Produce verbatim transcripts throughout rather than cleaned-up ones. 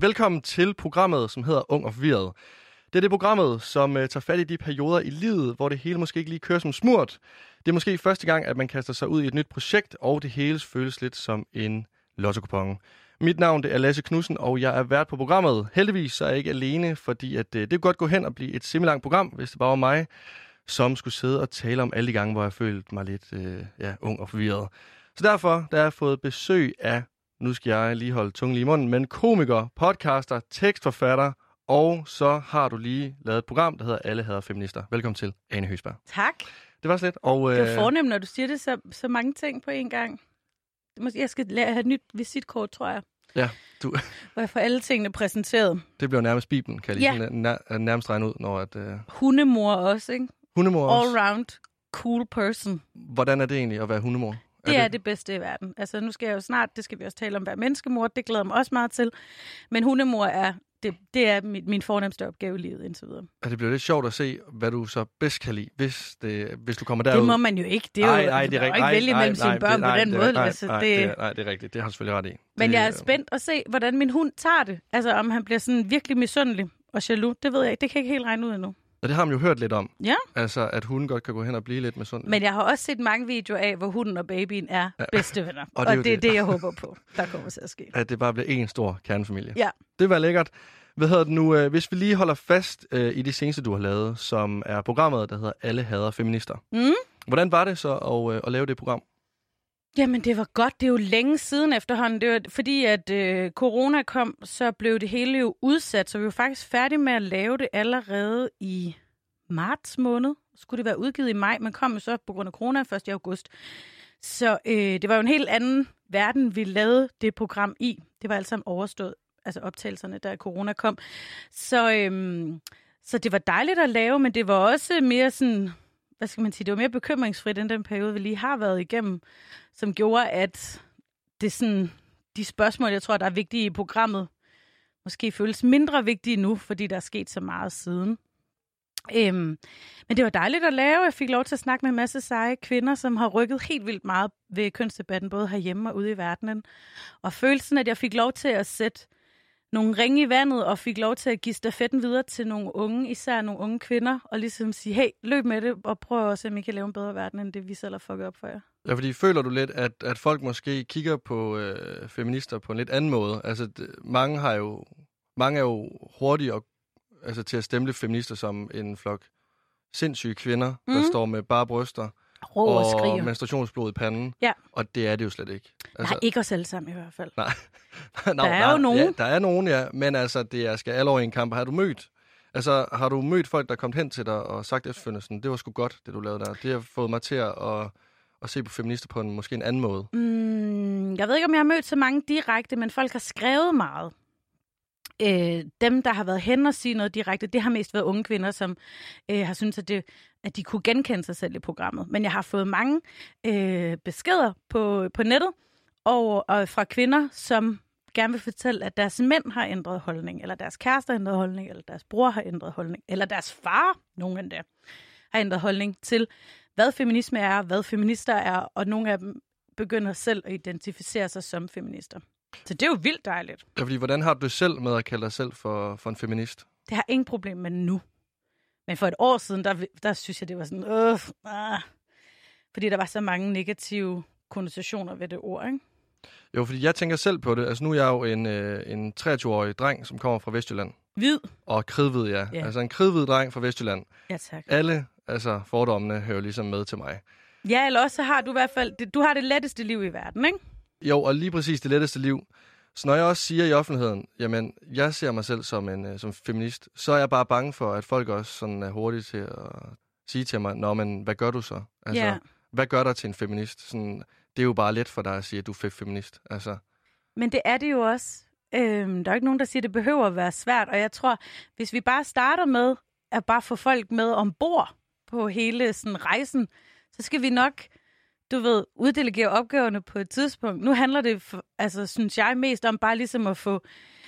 Velkommen til programmet, som hedder Ung og Forvirret. Det er det programmet, som uh, tager fat i de perioder i livet, hvor det hele måske ikke lige kører som smurt. Det er måske første gang, at man kaster sig ud i et nyt projekt, og det hele føles lidt som en lottokupon. Mit navn det er Lasse Knudsen, og jeg er vært på programmet. Heldigvis så er jeg ikke alene, fordi at, uh, det kan godt gå hen og blive et semi-langt program, hvis det bare var mig, som skulle sidde og tale om alle de gange, hvor jeg følte mig lidt uh, ja, ung og forvirret. Så derfor der har jeg fået besøg af, nu skal jeg lige holde tungen lige i munden, men komiker, podcaster, tekstforfatter, og så har du lige lavet et program, der hedder Alle hader feminister. Velkommen til, Ane Høgsberg. Tak. Det var slet. Og, det er øh... fornemt, når du siger det så, så mange ting på én gang. Jeg skal lære at have et nyt visitkort, tror jeg. Ja, du... Hvor jeg får alle tingene præsenteret. Det bliver nærmest Bibelen, kan jeg lige ja. nær- nærmest regne ud, når at... Øh... Hundemor også, ikke? Hundemor også. All round cool person. Hvordan er det egentlig at være hundemor? Det er, er det... det bedste i verden. Altså, nu skal jeg jo snart, det skal vi også tale om, være menneskemor. Det glæder mig også meget til. Men hundemor er, det, det er min, min fornemmeste opgave i livet, indtil videre. Ja, det bliver lidt sjovt at se, hvad du så bedst kan lide, hvis, det, hvis du kommer derud. Det må man jo ikke. Det er jo, ej, ej, det er ikke ej, vælge ej, mellem nej, sine børn nej, på den det, måde. Nej, altså, nej, det... Det, nej, det er rigtigt. Det har du selvfølgelig ret i. Men det, jeg er spændt at se, hvordan min hund tager det. Altså, om han bliver sådan virkelig misundelig og jaloux. Det ved jeg ikke. Det kan jeg ikke helt regne ud endnu. Og det har man jo hørt lidt om. Ja. Altså, at hunden godt kan gå hen og blive lidt misundelig. Men jeg har også set mange videoer af, hvor hunden og babyen er ja. bedste venner. og det er, og det, er det. det, jeg håber på, der kommer til at ske. At det bare bliver en stor kernefamilie. Ja. Det var lækkert. Hvad hedder det nu? Hvis vi lige holder fast øh, i det seneste, du har lavet, som er programmet, der hedder Alle hader feminister. Mm. Hvordan var det så at, øh, at lave det program? Jamen, det var godt. Det er jo længe siden efterhånden. Det var, fordi at øh, corona kom, så blev det hele jo udsat. Så vi var faktisk færdige med at lave det allerede i marts måned. Skulle det være udgivet i maj, men kom jo så på grund af corona første i august. Så øh, det var jo en helt anden verden, vi lavede det program i. Det var alt sammen overstået, altså optagelserne, da corona kom. Så, øh, så det var dejligt at lave, men det var også mere sådan, hvad skal man sige, det var mere bekymringsfrit end den periode, vi lige har været igennem, som gjorde, at det sådan, de spørgsmål, jeg tror, der er vigtige i programmet, måske føles mindre vigtige nu, fordi der er sket så meget siden. Øhm, men det var dejligt at lave. Jeg fik lov til at snakke med en masse seje kvinder, som har rykket helt vildt meget ved kønsdebatten, både herhjemme og ude i verdenen. Og følelsen, at jeg fik lov til at sætte nogle ringe i vandet, og fik lov til at give stafetten videre til nogle unge, især nogle unge kvinder, og ligesom sige, hey, løb med det, og prøv at se, om I kan lave en bedre verden, end det vi selv har fucket op for jer. Ja, fordi føler du lidt, at, at folk måske kigger på øh, feminister på en lidt anden måde? Altså, det, mange har jo, mange er jo hurtige og altså til at stemple feminister som en flok sindssyge kvinder, mm. der står med bare bryster Rå og, og menstruationsblod i panden. Ja. Og det er det jo slet ikke. Altså, nej, ikke os alle sammen i hvert fald. Nej. der Nå, er nej, jo nogen. Ja, der er nogen, ja. Men altså, det er skal alle over i en kamp. Har du mødt? Altså, har du mødt folk, der er kommet hen til dig og sagt efterfølgende sådan, det var sgu godt, det du lavede der. Det har fået mig til at, at, at se på feminister på en måske en anden måde. Mm, jeg ved ikke, om jeg har mødt så mange direkte, men folk har skrevet meget. Øh, dem, der har været hen og sige noget direkte, det har mest været unge kvinder, som øh, har syntes, at, det, at de kunne genkende sig selv i programmet. Men jeg har fået mange øh, beskeder på, på nettet og, og fra kvinder, som gerne vil fortælle, at deres mænd har ændret holdning, eller deres kærester har ændret holdning, eller deres bror har ændret holdning, eller deres far, nogen af dem, har ændret holdning til, hvad feminisme er, hvad feminister er, og nogle af dem begynder selv at identificere sig som feminister. Så det er jo vildt dejligt. Ja, fordi hvordan har du det selv med at kalde dig selv for, for en feminist? Det har ingen problem med nu. Men for et år siden, der, der synes jeg, det var sådan, øh, ah, fordi der var så mange negative konnotationer ved det ord, ikke? Jo, fordi jeg tænker selv på det. Altså nu er jeg jo en, øh, en treogtyve-årig dreng, som kommer fra Vestjylland. Hvid. Og kridhvid, ja. ja. Altså en kridhvid dreng fra Vestjylland. Ja, tak. Alle altså, fordommene hører ligesom med til mig. Ja, eller også har du i hvert fald, det, du har det letteste liv i verden, ikke? Jo, og lige præcis det letteste liv. Så når jeg også siger i offentligheden, jamen, jeg ser mig selv som en som feminist, så er jeg bare bange for, at folk også sådan er hurtige til at sige til mig, nå, men hvad gør du så? Altså, yeah. hvad gør dig til en feminist? Sådan, det er jo bare let for dig at sige, at du er feminist. Altså. Men det er det jo også. Øhm, der er ikke nogen, der siger, at det behøver at være svært, og jeg tror, hvis vi bare starter med at bare få folk med ombord på hele sådan rejsen, så skal vi nok, du ved, uddelegere opgaverne på et tidspunkt. Nu handler det, for, altså, synes jeg, mest om bare ligesom at få,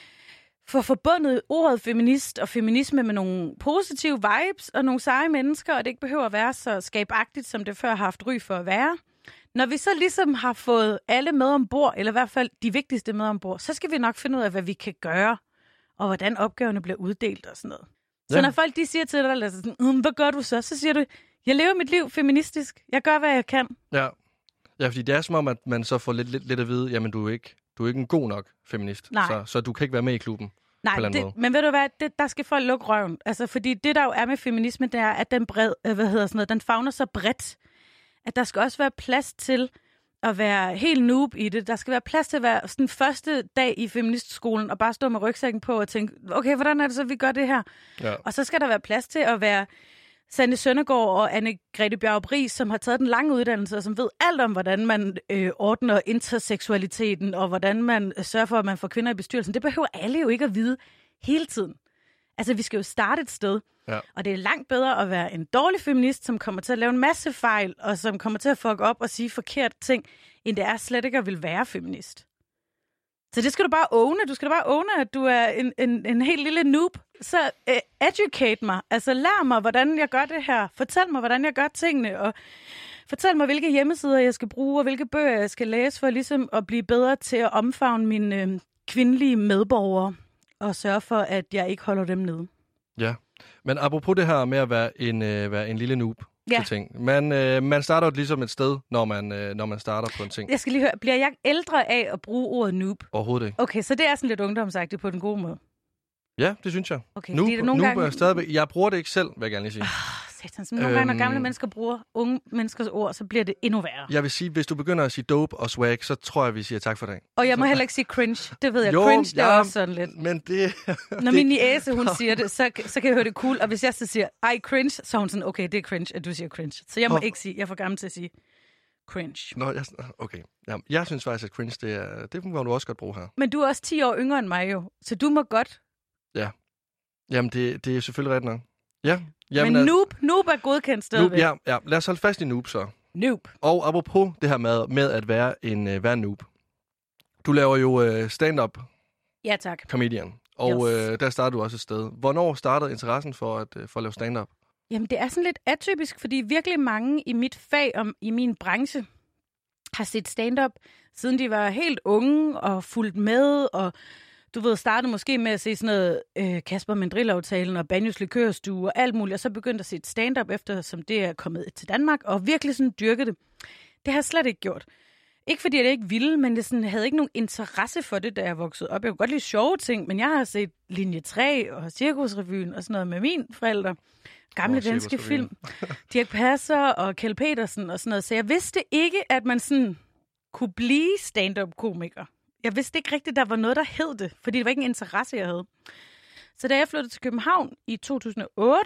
få forbundet ordet feminist og feminisme med nogle positive vibes og nogle seje mennesker, og det ikke behøver at være så skabagtigt, som det før har haft ry for at være. Når vi så ligesom har fået alle med ombord, eller i hvert fald de vigtigste med ombord, så skal vi nok finde ud af, hvad vi kan gøre og hvordan opgaverne bliver uddelt og sådan noget. Så Ja. når folk de siger til dig, altså sådan, hm, hvad gør du så? Så siger du, jeg lever mit liv feministisk. Jeg gør, hvad jeg kan. Ja. Ja, fordi det er som om, at man så får lidt, lidt, lidt at vide, jamen du er ikke, du er ikke en god nok feminist, så, så du kan ikke være med i klubben. Nej, det, men ved du hvad, det, der skal folk lukke røven. Altså, fordi det, der jo er med feminismen, det er, at den, bred, øh, hvad hedder sådan noget, den favner så bredt, at der skal også være plads til at være helt noob i det. Der skal være plads til at være sådan første dag i feministskolen og bare stå med rygsækken på og tænke, okay, hvordan er det så, vi gør det her? Ja. Og så skal der være plads til at være Sanne Søndergaard og Anne-Grethe Bjarup-Riis, som har taget den lange uddannelse, og som ved alt om, hvordan man øh, ordner interseksualiteten, og hvordan man øh, sørger for, at man får kvinder i bestyrelsen. Det behøver alle jo ikke at vide hele tiden. Altså, vi skal jo starte et sted. Ja. Og det er langt bedre at være en dårlig feminist, som kommer til at lave en masse fejl, og som kommer til at fuck op og sige forkerte ting, end det er slet ikke at vil være feminist. Så det skal du bare åbne. Du skal bare åbne, at du er en, en, en helt lille noob. Så uh, educate mig. Altså lær mig, hvordan jeg gør det her. Fortæl mig, hvordan jeg gør tingene. Og fortæl mig, hvilke hjemmesider jeg skal bruge, og hvilke bøger jeg skal læse, for ligesom at blive bedre til at omfavne mine øh, kvindelige medborgere. Og sørge for, at jeg ikke holder dem nede. Ja, men apropos det her med at være en, øh, være en lille noob. Ja. Ting. Man, øh, man starter jo ligesom et sted, når man, øh, når man starter på en ting. Jeg skal lige høre, bliver jeg ældre af at bruge ordet noob? Overhovedet ikke. Okay, så det er sådan lidt ungdomsagtigt på den gode måde. Ja, det synes jeg. Okay, noob, det nogle noob gange... er stadigvæk... Jeg bruger det ikke selv, vil jeg gerne lige sige. Oh, satan, nogle øhm... gange, når gamle mennesker bruger unge menneskers ord, så bliver det endnu værre. Jeg vil sige, hvis du begynder at sige dope og swag, så tror jeg, vi siger tak for det. Og jeg må så... heller ikke sige cringe. Det ved jeg. Jo, cringe, det er ja, også sådan lidt. Men det... Når det... min niece, hun siger det, så, så kan jeg høre det cool. Og hvis jeg så siger, ej, cringe, så er hun sådan, okay, det er cringe, at du siger cringe. Så jeg må oh. ikke sige, jeg er for gammel til at sige cringe. Nå, jeg, okay. Ja, jeg synes faktisk, at cringe, det, er, det må du også godt bruge her. Men du er også ti år yngre end mig jo, så du må godt. Ja. Jamen, det, det er selvfølgelig ret nok. Ja. Jamen, men noob, noob er godkendt stadigvæk. Ja, ja, lad os holde fast i noob så. Noob. Og apropos det her med, med at være en, uh, være en noob. Du laver jo uh, stand-up. Ja, tak. Comedian. Og yes. uh, der startede du også et sted. Hvornår startede interessen for at, uh, for at lave stand-up? Jamen, det er sådan lidt atypisk, fordi virkelig mange i mit fag og i min branche har set stand-up, siden de var helt unge og fulgt med, og du ved, startede måske med at se sådan noget øh, Kasper Mandrill-aftalen og Banjos Likørstue og alt muligt, og så begyndte at se et stand-up efter, som det er kommet til Danmark, og virkelig sådan dyrkede det. Det har jeg slet ikke gjort. Ikke fordi jeg ikke ville, men jeg sådan, havde ikke nogen interesse for det, da jeg voksede op. Jeg kunne godt lide sjove ting, men jeg har set Linje tre og Cirkusrevyen og sådan noget med mine forældre. Gamle oh, danske film. Dirch Passer og Kjeld Petersen og sådan noget. Så jeg vidste ikke, at man sådan kunne blive stand-up-komiker. Jeg vidste ikke rigtigt, der var noget, der hed det, fordi det var ikke en interesse, jeg havde. Så da jeg flyttede til København i to tusind og otte,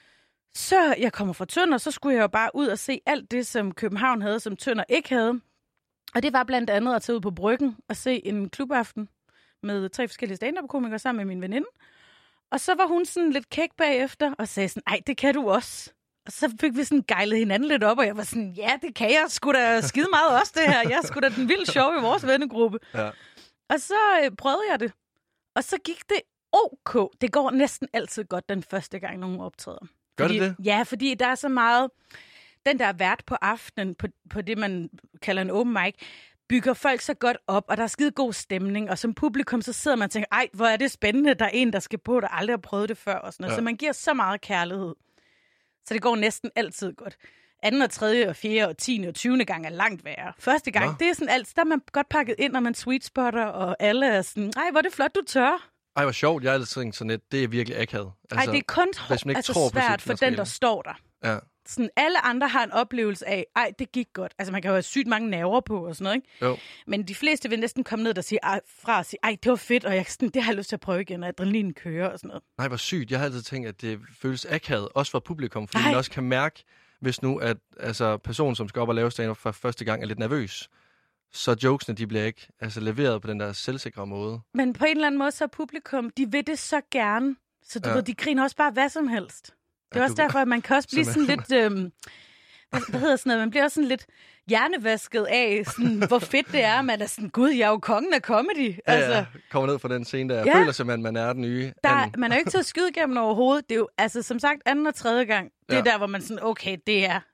så jeg kommer fra Tønder, så skulle jeg jo bare ud og se alt det, som København havde, som Tønder ikke havde. Og det var blandt andet at tage ud på Bryggen og se en klubaften med tre forskellige stand-up-komikere sammen med min veninde. Og så var hun sådan lidt kæk bagefter og sagde sådan, ej, det kan du også. Og så fik vi sådan gejlet hinanden lidt op, og jeg var sådan, ja, det kan jeg sgu da skide meget også, det her. Jeg er sgu da den vildt sjov i vores vennegruppe. Ja. Og så øh, prøvede jeg det. Og så gik det ok. Det går næsten altid godt den første gang, nogen optræder. Gør fordi, det det? Ja, fordi der er så meget... Den der vært på aftenen, på, på det, man kalder en open mic, bygger folk så godt op, og der er skide god stemning, og som publikum, så sidder man og tænker, ej, hvor er det spændende, der er en, der skal på, der aldrig har prøvet det før, og sådan noget. Ja. Så man giver så meget kærlighed. Så det går næsten altid godt. Anden og tredje og fjerde og tiende og tyvende gang er langt værre. Første gang, ja. Det er sådan alt, der er man godt pakket ind, og man sweetspotter, og alle er sådan, ej, hvor er det flot, du tør. Ej, hvor sjovt, jeg har altid tænkt sådan lidt, det er virkelig akavet. Altså, ej, det er kun altså, svært for den, der står der. Ja. Sådan, alle andre har en oplevelse af, ej, det gik godt. Altså, man kan jo have sygt mange nerver på og sådan noget, ikke? Jo. Men de fleste vil næsten komme ned og sige, ej, fra og sige, ej, det var fedt, og jeg, sådan, det har jeg lyst til at prøve igen, og adrenalin kører og sådan noget. Nej, hvor sygt. Jeg har altid tænkt, at det føles akavet, også for publikum, fordi ej. Man også kan mærke, hvis nu, at altså, personen, som skal op og lave stand-up for første gang, er lidt nervøs, så jokesene, de bliver ikke altså, leveret på den der selvsikre måde. Men på en eller anden måde, så er publikum, de vil det så gerne, så du ja. ved, de griner også bare hvad som helst. Det er også derfor, at man kan også blive sådan lidt, øhm, hvad, hvad hedder sådan noget, man bliver også sådan lidt hjernevasket af, sådan, hvor fedt det er, man er sådan, gud, jeg er jo kongen af comedy. Altså, ja, ja, kommer ned fra den scene der, ja. Føler sig, man, man er den nye. Der, man er jo ikke til at skyde igennem overhovedet, det er jo, altså som sagt, anden og tredje gang, det er ja. Der, hvor man sådan, okay, det er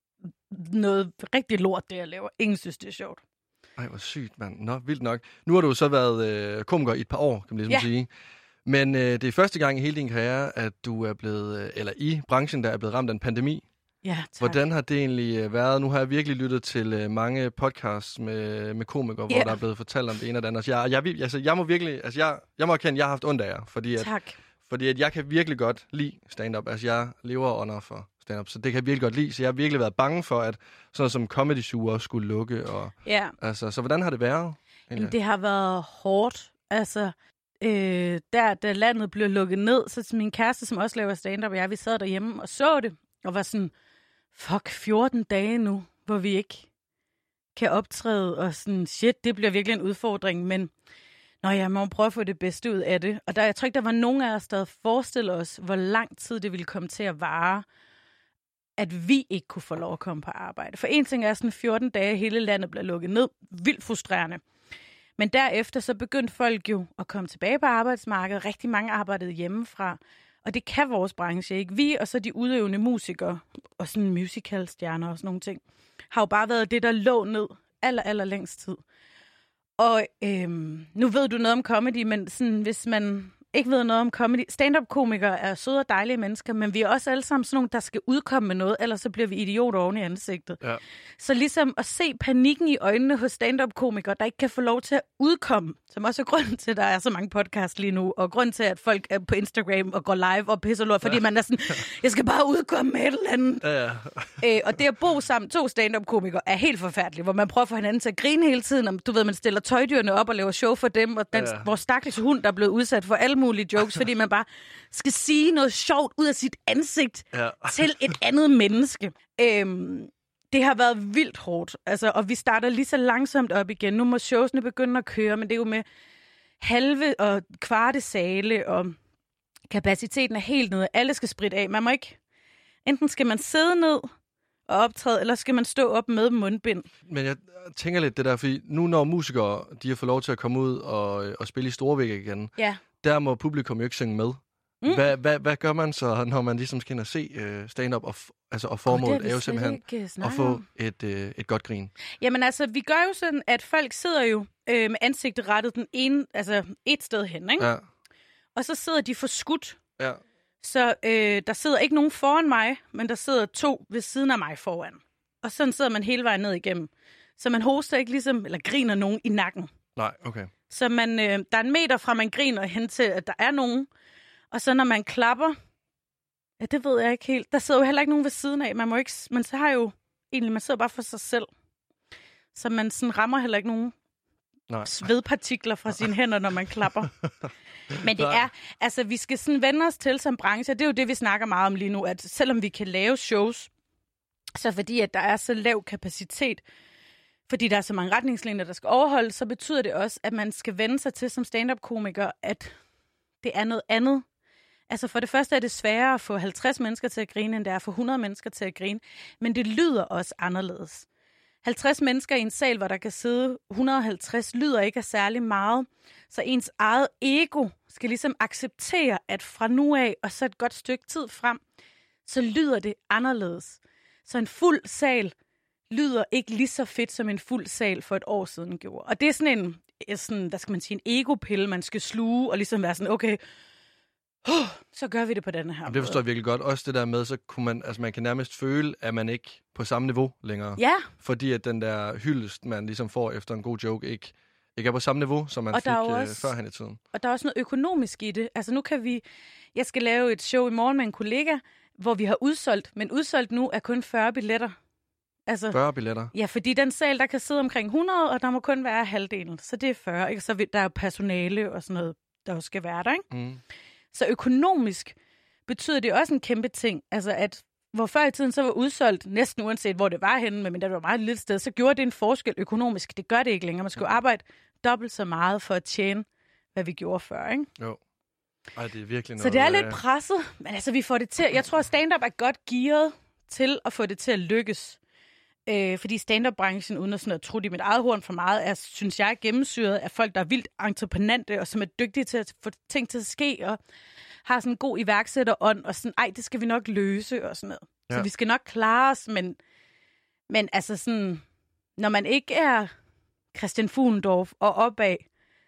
noget rigtig lort, det jeg laver. Ingen synes, det er sjovt. Ej, hvor sygt, mand. Nå, vildt nok. Nu har du så været øh, komiker i et par år, kan man ligesom ja. sige. Men øh, det er første gang i hele din karriere, at du er blevet, øh, eller i branchen, der er blevet ramt af en pandemi. Ja, tak. Hvordan har det egentlig øh, været? Nu har jeg virkelig lyttet til øh, mange podcasts med, med komikere, yeah. hvor der er blevet fortalt om det ene og det andet. Jeg, jeg, altså, jeg må virkelig, altså jeg, jeg må erkende, at jeg har haft ondt af jer, fordi at, tak. Fordi at jeg kan virkelig godt lide stand-up. Altså jeg lever under for stand-up, så det kan jeg virkelig godt lide. Så jeg har virkelig været bange for, at sådan noget som Comedy Zoo også skulle lukke. Og, ja. altså, så hvordan har det været? Jamen, det har været hårdt. Altså, øh, der, da landet blev lukket ned, så min kæreste, som også laver stand-up, og jeg, vi sad derhjemme og så det, og var sådan, fuck, fjorten dage nu, hvor vi ikke kan optræde, og sådan, shit, det bliver virkelig en udfordring, men nå ja, man må prøve at få det bedste ud af det. Og der, jeg tror ikke, der var nogen af os, der havde forestillet os, hvor lang tid det ville komme til at vare, at vi ikke kunne få lov at komme på arbejde. For en ting er sådan fjorten dage, hele landet blev lukket ned. Vildt frustrerende. Men derefter så begyndte folk jo at komme tilbage på arbejdsmarkedet. Rigtig mange arbejdede hjemmefra. Og det kan vores branche ikke. Vi og så de udøvende musikere og sådan musicalstjerner og sådan nogle ting, har jo bare været det, der lå ned aller, aller længst tid. Og øhm, nu ved du noget om comedy, men sådan, hvis man ikke ved noget om comedy, stand-up-komikere er søde og dejlige mennesker, men vi er også alle sammen sådan nogle, der skal udkomme med noget, ellers så bliver vi idioter oven i ansigtet. Ja. Så ligesom at se panikken i øjnene hos stand-up-komikere, der ikke kan få lov til at udkomme, som også er grunden til, at der er så mange podcasts lige nu, og grund til, at folk er på Instagram og går live og pisser lort, fordi ja. man er sådan, jeg skal bare udkomme med et eller andet. Ja, ja. Æ, og det at bo sammen to stand-up-komikere er helt forfærdeligt, hvor man prøver at få hinanden til at grine hele tiden, og du ved, man stiller tøjdyrene op og laver show for dem, og den, ja, ja. vores stakkels hund, der er blevet udsat for alle mulige jokes, fordi man bare skal sige noget sjovt ud af sit ansigt ja. til et andet menneske. Æm, det har været vildt hårdt, altså, og vi starter lige så langsomt op igen. Nu må showsene begynde at køre, men det er jo med halve og kvarte sale, og kapaciteten er helt nede. Alle skal spritte af. Man må ikke... Enten skal man sidde ned og optræde, eller skal man stå op med mundbind. Men jeg tænker lidt det der, fordi nu når musikere, de har fået lov til at komme ud og, og spille i Storvæk igen, ja. der må publikum jo ikke synge med. Mm. Hvad, hvad, hvad gør man så, når man ligesom skal ind og se uh, stand-up, og, altså, og formålet oh, er jo simpelthen at få et, uh, et godt grin? Jamen altså, vi gør jo sådan, at folk sidder jo øh, med ansigtet rettet den ene, altså et sted hen, ikke? Ja. Og så sidder de forskudt. Ja. Så øh, der sidder ikke nogen foran mig, men der sidder to ved siden af mig foran. Og sådan sidder man hele vejen ned igennem. Så man hoster ikke ligesom, eller griner nogen i nakken. Nej, okay. Så man, øh, der er en meter fra, man griner hen til, at der er nogen. Og så når man klapper, ja, det ved jeg ikke helt. Der sidder jo heller ikke nogen ved siden af. Man må ikke, man så har jo egentlig, man sidder bare for sig selv. Så man sådan rammer heller ikke nogen Nej. svedpartikler fra sine hænder, når man klapper. Men det er, altså vi skal sådan vende os til som branche, det er jo det, vi snakker meget om lige nu, at selvom vi kan lave shows, så fordi at der er så lav kapacitet, fordi der er så mange retningslinjer, der skal overholdes, så betyder det også, at man skal vende sig til som stand-up-komiker, at det er noget andet. Altså for det første er det sværere at få halvtreds mennesker til at grine, end det er at få hundrede mennesker til at grine, men det lyder også anderledes. halvtreds mennesker i en sal, hvor der kan sidde et hundrede og halvtreds, lyder ikke af særlig meget. Så ens eget ego skal ligesom acceptere, at fra nu af og så et godt stykke tid frem, så lyder det anderledes. Så en fuld sal lyder ikke lige så fedt, som en fuld sal for et år siden gjorde. Og det er sådan en, sådan, hvad skal man sige, en ego-pille, man skal sluge og ligesom være sådan, okay, uh, så gør vi det på denne her. Jamen, det forstår jeg virkelig godt. Også det der med, så kunne man, altså man kan nærmest føle, at man ikke på samme niveau længere. Ja. Fordi at den der hyldest, man ligesom får efter en god joke, ikke, ikke er på samme niveau, som man og fik også, førhen i tiden. Og der er også noget økonomisk i det. Altså nu kan vi, jeg skal lave et show i morgen med en kollega, hvor vi har udsolgt, men udsolgt nu er kun fyrre billetter. Altså, fyrre billetter? Ja, fordi den sal, der kan sidde omkring hundrede, og der må kun være halvdelen. Så det er fyrre, ikke? Så der er jo personale og sådan noget, der også skal være der, ikke? Mm. Så økonomisk betyder det også en kæmpe ting. Altså, at hvor før i tiden så var udsolgt, næsten uanset hvor det var henne, men der var meget lille sted, så gjorde det en forskel økonomisk. Det gør det ikke længere. Man skulle arbejde dobbelt så meget for at tjene, hvad vi gjorde før, ikke? Jo. Ej, det er virkelig noget. Så det er lidt presset, men altså, vi får det til. Jeg tror, stand-up er godt gearet til at få det til at lykkes. Øh, fordi stand-up-branchen, uden at, sådan at tro i mit eget horn for meget, er, synes jeg, gennemsyret af folk, der er vildt entreprenante, og som er dygtige til at få ting til at ske, og har sådan en god iværksætterånd, og sådan, ej, det skal vi nok løse, og sådan noget. Ja. Så vi skal nok klare os, men, men altså sådan, når man ikke er Christian Fuglendorf og opad,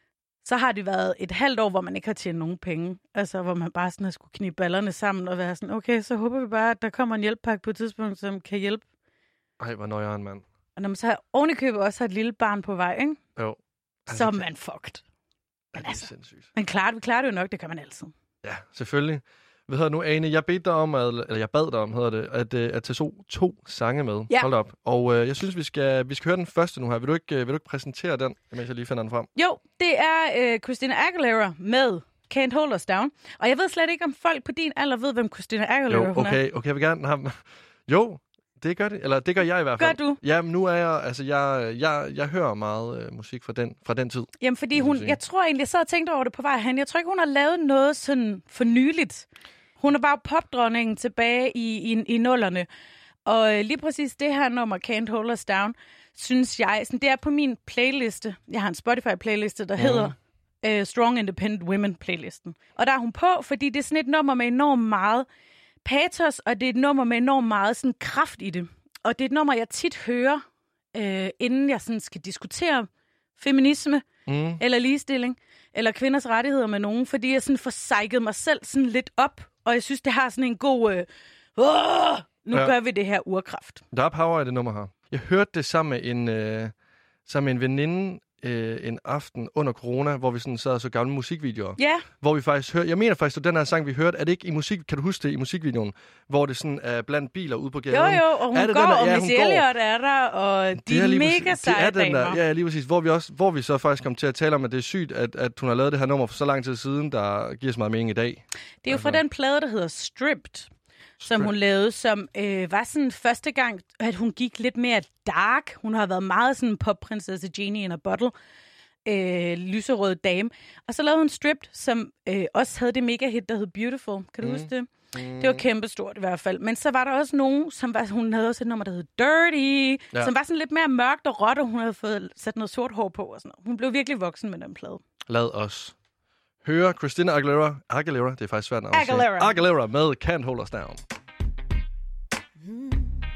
så har det været et halvt år, hvor man ikke har tjent nogen penge. Altså, hvor man bare sådan har skulle knibe ballerne sammen og være sådan, okay, så håber vi bare, at der kommer en hjælpepakke på et tidspunkt, som kan hjælpe. Ej, hvor nøjeren, mand. Og når man så ovenikøbet også har et lille barn på vej, ikke? Jo. Altså, så er man fucked. Men altså, sindssygt. Men klart, vi klarer det jo nok, det kan man altid. Ja, selvfølgelig. Hvad hedder nu, Ane? Jeg bedte dig om, at, eller jeg bad dig om, hedder det, at, at tage to, to sange med. Ja. Hold op. Og øh, jeg synes, vi skal, vi skal høre den første nu her. Vil du ikke, vil du ikke præsentere den, mens jeg lige finder den frem? Jo, det er øh, Christina Aguilera med Can't Hold Us Down. Og jeg ved slet ikke, om folk på din alder ved, hvem Christina Aguilera jo, hun okay, er. okay, jeg vil gerne have... Jo, det gør det. Eller det gør jeg i hvert fald. Gør du? Jamen, nu er jeg... Altså, jeg, jeg, jeg hører meget øh, musik fra den, fra den tid. Jamen, fordi hun... Jeg tror egentlig, jeg sad og tænkte over det på vej hen. Jeg tror ikke, hun har lavet noget sådan for nyligt. Hun er bare popdronningen tilbage i, i, i nullerne. Og øh, lige præcis det her nummer, Can't Hold Us Down, synes jeg... Sådan, det er på min playliste. Jeg har en Spotify-playliste, der mm. hedder uh, Strong Independent Women-playlisten. Og der er hun på, fordi det er sådan et nummer med enormt meget patos, og det er et nummer med enormt meget sådan, kraft i det. Og det er et nummer, jeg tit hører, øh, inden jeg sådan, skal diskutere feminisme, mm. eller ligestilling, eller kvinders rettigheder med nogen, fordi jeg sådan får psyket mig selv sådan lidt op, og jeg synes, det har sådan en god... Øh, Åh, nu ja. gør vi det her urkraft. Der er power i det nummer her. Jeg hørte det sammen med en, øh, sammen med en veninde øh, en aften under corona, hvor vi sådan sad og så gamle musikvideoer. Ja. Hvor vi faktisk hørte... Jeg mener faktisk, at den her sang, vi hørte, er det ikke i musik... Kan du huske det i musikvideoen? Hvor det sådan er blandt biler ude på gaden. Jo, jo, og hun er det går, den der? og Ja, Missy Elliott er der, og de er, er mega seje damer. Ja, lige præcis. Hvor vi, også, hvor vi så faktisk kom til at tale om, at det er sygt, at, at hun har lavet det her nummer for så lang tid siden, der giver så meget mening i dag. Det er jo altså. Fra den plade, der hedder Stripped, som hun lavede, som øh, var sådan første gang, at hun gik lidt mere dark. Hun har været meget sådan popprinsesse Genie in a Bottle, øh, lyserød dame. Og så lavede hun Stripped, som øh, også havde det mega hit, der hed Beautiful. Kan du mm. huske det? Mm. Det var kæmpestort i hvert fald. Men så var der også nogen, som var, hun havde også et nummer, der hed Dirty, ja. Som var sådan lidt mere mørkt og råt, og hun havde fået sat noget sort hår på og sådan noget. Hun blev virkelig voksen med den plade. Lad os høre Christina Aguilera. Aguilera, det er faktisk svært at sige. Aguilera. Aguilera med Can't Hold Us Down. Mm.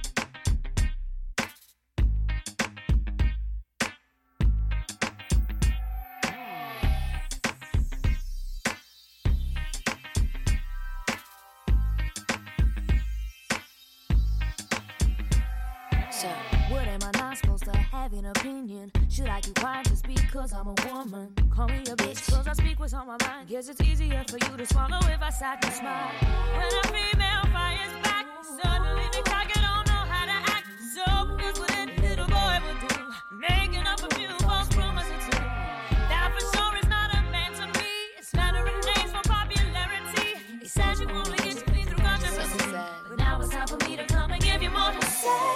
An opinion. Should I keep quiet just because I'm a woman? Call me a bitch cause I speak what's on my mind. Guess it's easier for you to swallow if I sat and smile. When a female fires back, suddenly the cocky don't know how to act. So is what any little boy would do, making up a few false promises too. That for sure is not a man to me. It's smattering names for popularity. He says you only get to me through controversy, but now it's time for me to come and give you more to say.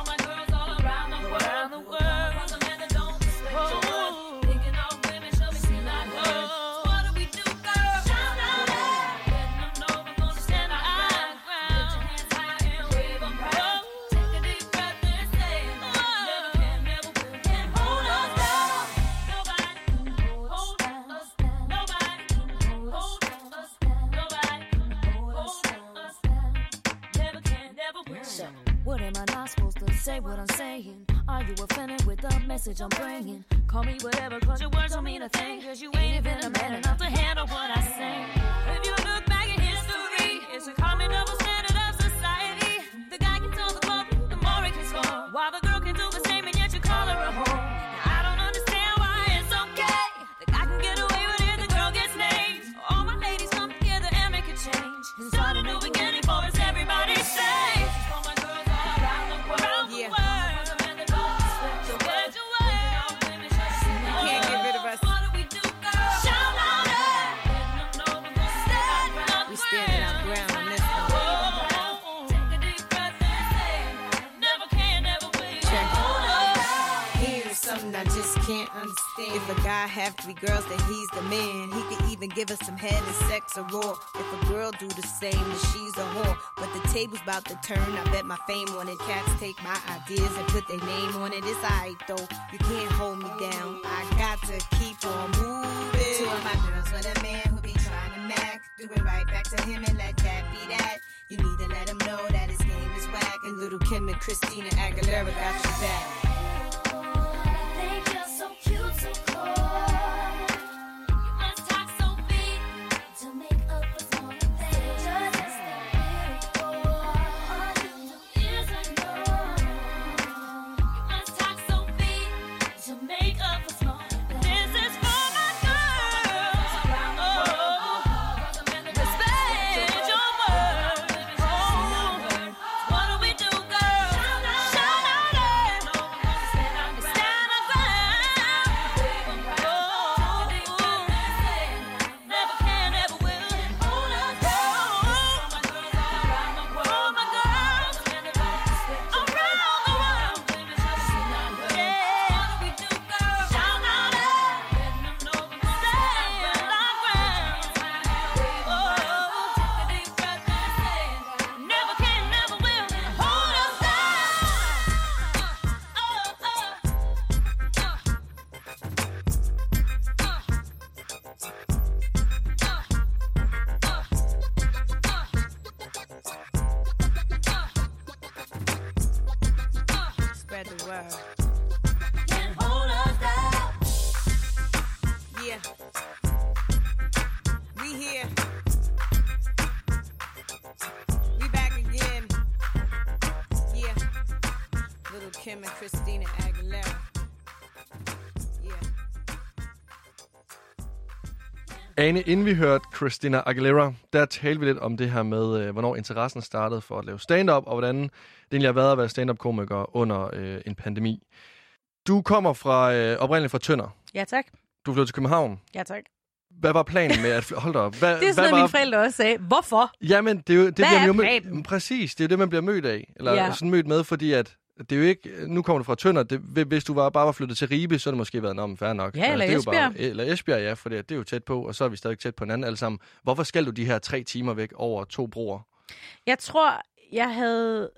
Say what I'm saying. Are you offended with the message I'm bringing? Call me whatever, cause your words don't mean a thing. Cause you ain't even a man enough to handle what I say. If you look back at history, it's a common double standard of society. The guy can tell the club, the more he can score, while the girl can do the same and yet you call her a whore. Now, I don't understand why it's okay. The guy can get away with it, the girl gets named. All my ladies come together and make a change. Start a new beginning for us, everybody say. Can't understand. If a guy have three girls, then he's the man. He could even give us some head and sex or raw. If a girl do the same, then she's a whore. But the table's about to turn. I bet my fame on it. Cats take my ideas and put their name on it. It's alright though. You can't hold me down. I got to keep on moving. Two of my girls with a man who be trying to mac. Do it right back to him and let that be that. You need to let him know that his game is whack. And little Kim and Christina Aguilera got your back. Kim and Christina Aguilera. Yeah. Ane, inden vi hørte Christina Aguilera, der talte vi lidt om det her med, øh, hvornår interessen startede for at lave stand-up, og hvordan det egentlig har været at være stand-up-komiker under øh, en pandemi. Du kommer fra øh, oprindeligt fra Tønder. Ja, tak. Du flyttede til København. Ja, tak. Hvad var planen med at fly- hold da op? Hvad, Det er sådan hvad noget, var... mine forældre også sagde. Hvorfor? Jamen, det er jo, det Hvad bliver er man jo planen? mød... Præcis, det er jo det, man bliver mødt af. Eller Ja. sådan mødt med, fordi at det er jo ikke... Nu kommer du fra Tønder. Det, hvis du var, bare var flyttet til Ribe, så har det måske været noget fair nok. Ja, eller det er jo Esbjerg. Bare, eller Esbjerg, ja, for det, det er jo tæt på, og så er vi stadig tæt på hinanden alle sammen. Hvorfor skal du de her tre timer væk over to broer? Jeg tror, jeg havde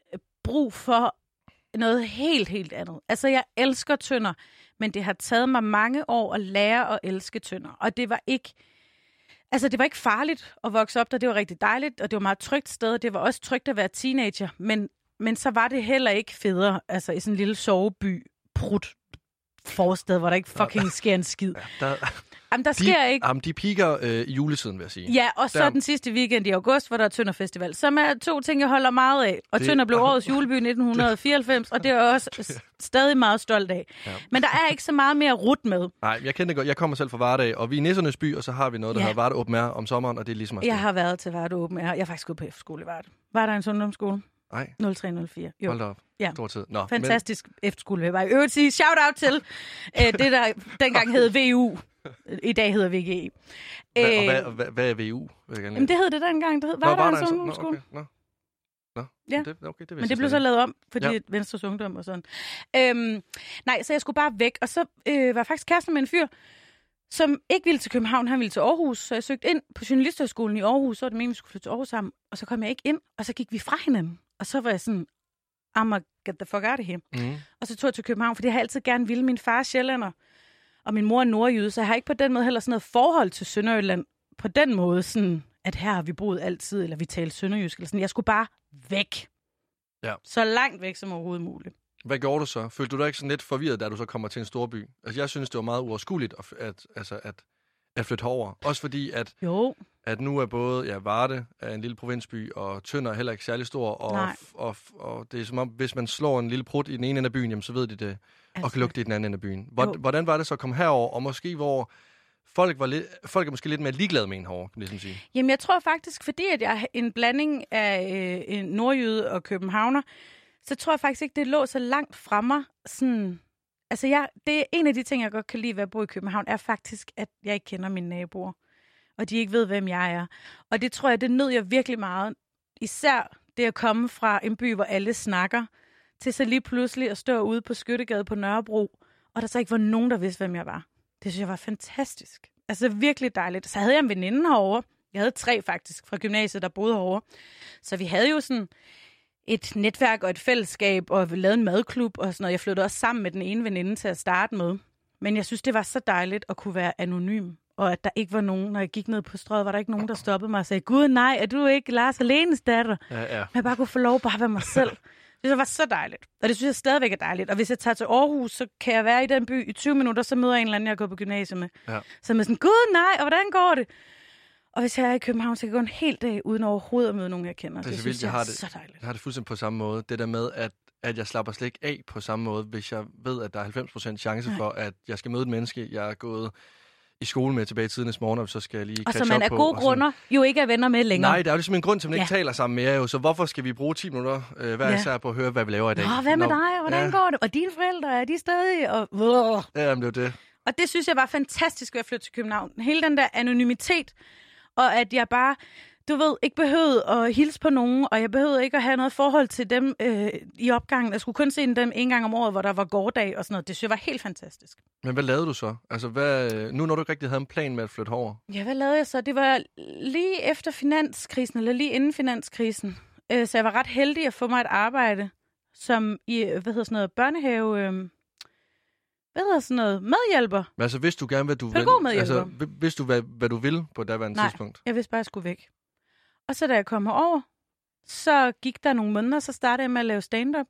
brug for noget helt, helt andet. Altså, jeg elsker Tønder, men det har taget mig mange år at lære at elske Tønder. Og det var ikke... Altså, det var ikke farligt at vokse op der. Det var rigtig dejligt, og det var et meget trygt sted. Det var også trygt at være teenager, men, men så var det heller ikke federe. Altså, i sådan en lille soveby, prut forsted, hvor der ikke fucking sker en skid. Ja, der, Jamen, der de, sker ikke... Jamen, de piker øh, i juletiden, vil jeg sige. Ja, og så Der- den sidste weekend i august, hvor der er Tønder Festival, som er to ting, jeg holder meget af. Og Det- Tønder blev årets juleby i nitten fireoghalvfems, og det er jeg også s- stadig meget stolt af. Ja. Men der er ikke så meget mere rut med. Nej, jeg kender det godt. Jeg kommer selv fra Vardag, og vi er i Nissernes by, og så har vi noget, der Ja. hedder Varde Open Air om sommeren, og det er ligesom også Jeg det. har været til Varde Åben. Jeg har, jeg har faktisk gået på efterskole i Varde. Var der en ungdomsskole? Nej, nul tre nul fire. Jo. hold da op. Ja. Stor tid. Nå, Fantastisk efterskole vil jeg bare i øvrigt sige. Shout out til øh, det, der dengang hed V U. I dag hedder V G E. Men, hvad, og Øh, hvad, og hvad, hvad er V U? Vil jeg gerne Jamen, det hed det dengang. Det hed Nå, Varde en sådan- Ungdomsskole. Nå, okay. Nå. Nå. Ja. Det, okay, det Men det blev så lavet om, fordi Ja. ja. Venstres Ungdom og sådan. Øhm, nej, så jeg skulle bare væk. Og så øh, var jeg faktisk kæreste med en fyr, som ikke ville til København, han ville til Aarhus. Så jeg søgte ind på Journalisthøjskolen i Aarhus, så var det meningen, vi skulle flytte til Aarhus sammen. Og så kom jeg ikke ind, og så gik vi fra hinanden. Og så var jeg sådan, I'm get the fuck out of here. Mm. Og så tog jeg til København, fordi jeg har altid gerne ville. Min far er sjællander, og min mor er nordjyde, så jeg har ikke på den måde heller sådan noget forhold til Sønderjylland. På den måde sådan, at her har vi boet altid, eller vi talte sønderjysk, eller sådan. Jeg skulle bare væk. Ja. Så langt væk som overhovedet muligt. Hvad gjorde du så? Følte du dig ikke sådan lidt forvirret, da du så kommer til en storby? Altså, jeg synes, det var meget uoverskueligt at, at, altså, at, at flytte over. Også fordi, at, Jo. at nu er både ja, Varde er en lille provinsby, og Tønder er heller ikke særlig stor. Og, Nej. og, og, og det er som om, hvis man slår en lille prut i den ene ende af byen, jamen, så ved de det, altså, og kan lugte det i den anden ende af byen. Hvor, Jo. hvordan var det så at komme herover, og måske hvor folk, var lidt, folk er måske lidt mere ligeglade med en herovre, kan jeg ligesom sige? Jamen, jeg tror faktisk, fordi at jeg er en blanding af øh, en nordjyde og københavner, så tror jeg faktisk ikke, det lå så langt fra mig. Sådan, altså, jeg, det er en af de ting, jeg godt kan lide ved at bo i København, er faktisk, at jeg ikke kender mine naboer. Og de ikke ved, hvem jeg er. Og det tror jeg, det nød jeg virkelig meget. Især det at komme fra en by, hvor alle snakker, til så lige pludselig at stå ude på Skyttegade på Nørrebro, og der så ikke var nogen, der vidste, hvem jeg var. Det synes jeg var fantastisk. Altså virkelig dejligt. Så havde jeg en veninde herovre. Jeg havde tre faktisk fra gymnasiet, der boede herovre. Så vi havde jo sådan et netværk og et fællesskab, og vi lavede en madklub og sådan noget. Jeg flyttede også sammen med den ene veninde til at starte med. Men jeg synes, det var så dejligt at kunne være anonym. Og at der ikke var nogen, når jeg gik ned på strøget, var der ikke nogen, der stoppede mig og sagde, Gud nej, er du ikke Lars Alenes datter? Ja, ja. Men jeg bare kunne få lov bare at være mig selv. Det var så dejligt. Og det synes jeg stadigvæk er dejligt. Og hvis jeg tager til Aarhus, så kan jeg være i den by i tyve minutter, så møder jeg en eller anden, jeg går på gymnasiet med. Ja. Så er man sådan, Gud nej, og hvordan går det? Og hvis jeg er i København, så kan jeg gå en hel dag uden overhovedet at møde nogen, jeg kender. Det er Det, så synes vildt, jeg jeg har er det. så dejligt. Jeg har det fuldstændig på samme måde. Det der med, at, at jeg slapper slet ikke af på samme måde, hvis jeg ved, at der er halvfems procent chance Nej. for, at jeg skal møde et menneske, jeg er gået i skole med tilbage i tidens morgen, og så skal jeg lige Og catch så man up af på, gode og sådan- grunder jo ikke er venner med længere. Nej, der er jo ligesom en grund til, at man ikke Ja. taler sammen mere, jo. Så hvorfor skal vi bruge ti minutter øh, hver Ja. især på at høre, hvad vi laver i dag? Nå, hvad med Nå, dig? Hvordan ja. går det? Og dine forældre, er de stadig? Og, uh. Ja, men det er jo det. og det synes jeg var fantastisk ved at flytte til København. Hele den der anonymitet, og at jeg bare, du ved, ikke behøvede at hilse på nogen, og jeg behøvede ikke at have noget forhold til dem øh, i opgangen. Jeg skulle kun se dem en gang om året, hvor der var gårdag og sådan noget. Det synes jeg var helt fantastisk. Men hvad lavede du så? Altså, hvad, nu når du ikke rigtig havde en plan med at flytte over? Ja, hvad lavede jeg så? Det var lige efter finanskrisen, eller lige inden finanskrisen. Øh, så jeg var ret heldig at få mig et arbejde, som i, hvad hedder sådan noget, børnehave... Øh, hvad hedder sådan noget? Medhjælper. Men altså, vidste du gerne, hvad du vil? Pædagogmedhjælper. Altså, vi- vidste du, hvad, hvad du ville på daværende Nej. tidspunkt? Jeg vidste bare, at jeg skulle væk. Og så da jeg kom herover, så gik der nogle måneder, så startede jeg med at lave stand-up.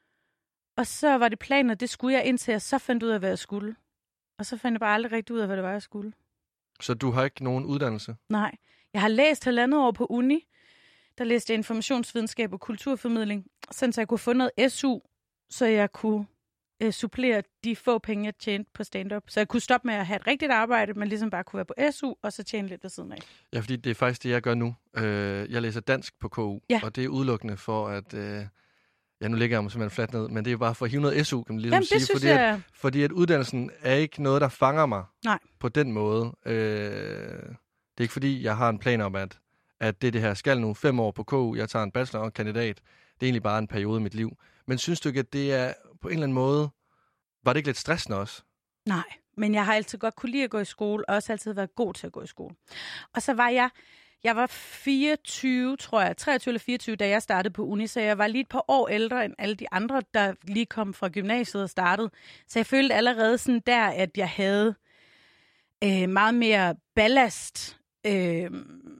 Og så var det planen, at det skulle jeg, indtil jeg så fandt ud af, hvad jeg skulle. Og så fandt jeg bare aldrig rigtig ud af, hvad det var, jeg skulle. Så du har ikke nogen uddannelse? Nej. Jeg har læst halvandet år på uni. Der læste jeg informationsvidenskab og kulturformidling. Sådan så jeg kunne få noget S U, så jeg kunne øh, supplere de få penge, jeg tjente på stand-up. Så jeg kunne stoppe med at have et rigtigt arbejde, men ligesom bare kunne være på S U, og så tjene lidt ved siden af. Ja, fordi det er faktisk det, jeg gør nu. Øh, jeg læser dansk på K U, ja. og det er udelukkende for at... Øh, ja, nu ligger jeg mig simpelthen fladt ned, men det er jo bare for at hive noget S U, kan man ligesom Jamen, sige. det synes fordi, jeg... at, fordi at uddannelsen er ikke noget, der fanger mig Nej. på den måde. Øh, det er ikke fordi, jeg har en plan om, at, at det det her skal nu. Fem år på K U, jeg tager en bachelor og kandidat. Det er egentlig bare en periode i mit liv. Men synes du ikke, at det er på en eller anden måde... Var det ikke lidt stressende også? Nej, men jeg har altid godt kunne lide at gå i skole, og også altid været god til at gå i skole. Og så var jeg... Jeg var fireogtyve, tror jeg, treogtyve eller fireogtyve, da jeg startede på uni, så jeg var lige et par år ældre end alle de andre, der lige kom fra gymnasiet og startede. Så jeg følte allerede sådan der, at jeg havde øh, meget mere ballast, øh,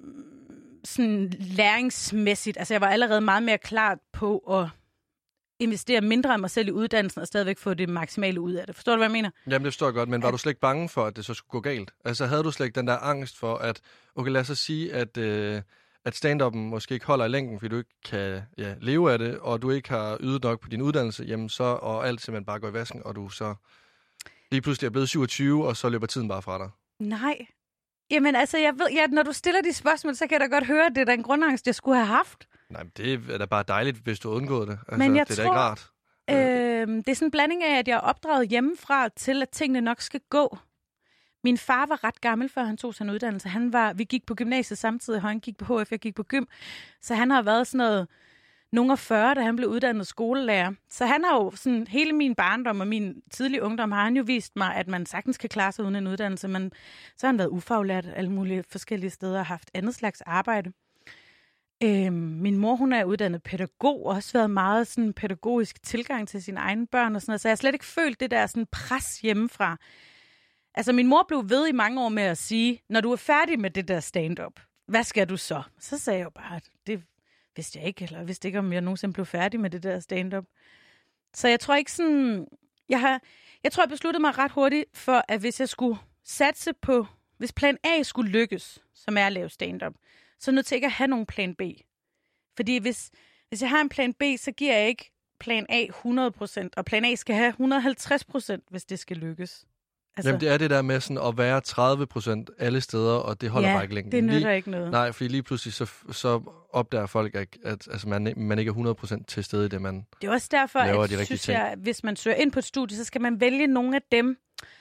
sådan læringsmæssigt. Altså jeg var allerede meget mere klar på at investere mindre af mig selv i uddannelsen og stadigvæk få det maksimale ud af det. Forstår du, hvad jeg mener? Jamen, det forstår jeg godt, men var at... du slet ikke bange for, at det så skulle gå galt? Altså, havde du slet ikke den der angst for, at, okay, lad os så sige, at, øh, at stand-up'en måske ikke holder i længden, fordi du ikke kan ja, leve af det, og du ikke har ydet nok på din uddannelse, jamen så, og alt simpelthen bare går i vasken, og du så lige pludselig er blevet syvogtyve, og så løber tiden bare fra dig? Nej. Jamen, altså, jeg ved, ja, når du stiller de spørgsmål, så kan jeg da godt høre, at det er den grundangst, jeg skulle have haft. Nej, men det er da bare dejligt, hvis du har undgået det. Altså, men jeg det er tror, da ikke rart. Øh, det er sådan en blanding af, at jeg er opdraget hjemmefra til, at tingene nok skal gå. Min far var ret gammel, før han tog sin uddannelse. Han var, vi gik på gymnasiet samtidig, og han gik på H F, jeg gik på gym. Så han har været sådan noget, nogle af fyrre, da han blev uddannet skolelærer. Så han har jo sådan, hele min barndom og min tidlige ungdom, har han jo vist mig, at man sagtens kan klare sig uden en uddannelse. Men så har han været ufaglært alle mulige forskellige steder og haft andet slags arbejde. Øhm, min mor, hun er uddannet pædagog, og også været meget sådan pædagogisk tilgang til sine egne børn og sådan noget, så jeg har slet ikke følt det der sådan pres hjemmefra. Altså, min mor blev ved i mange år med at sige, når du er færdig med det der stand-up, hvad skal du så? Så sagde jeg jo bare, at det vidste jeg ikke, eller jeg vidste ikke, om jeg nogensinde blev færdig med det der stand-up. Så jeg tror ikke sådan, jeg har, jeg tror, jeg besluttede mig ret hurtigt for, at hvis jeg skulle satse på, hvis plan A skulle lykkes, som er at lave stand-up, så er jeg nødt til ikke at have nogen plan B. Fordi hvis, hvis jeg har en plan B, så giver jeg ikke plan A hundrede procent, og plan A skal have et hundrede og halvtreds procent, hvis det skal lykkes. Altså... Jamen, det er det der med sådan at være tredive procent alle steder, og det holder ja, bare ikke længe. det nytter lige... ikke noget. Nej, fordi lige pludselig så, så opdager folk, at, at altså, man, man ikke er hundrede procent til stede i det, man Det er også derfor, laver at de synes ting. jeg, at hvis man søger ind på et studie, så skal man vælge nogle af dem,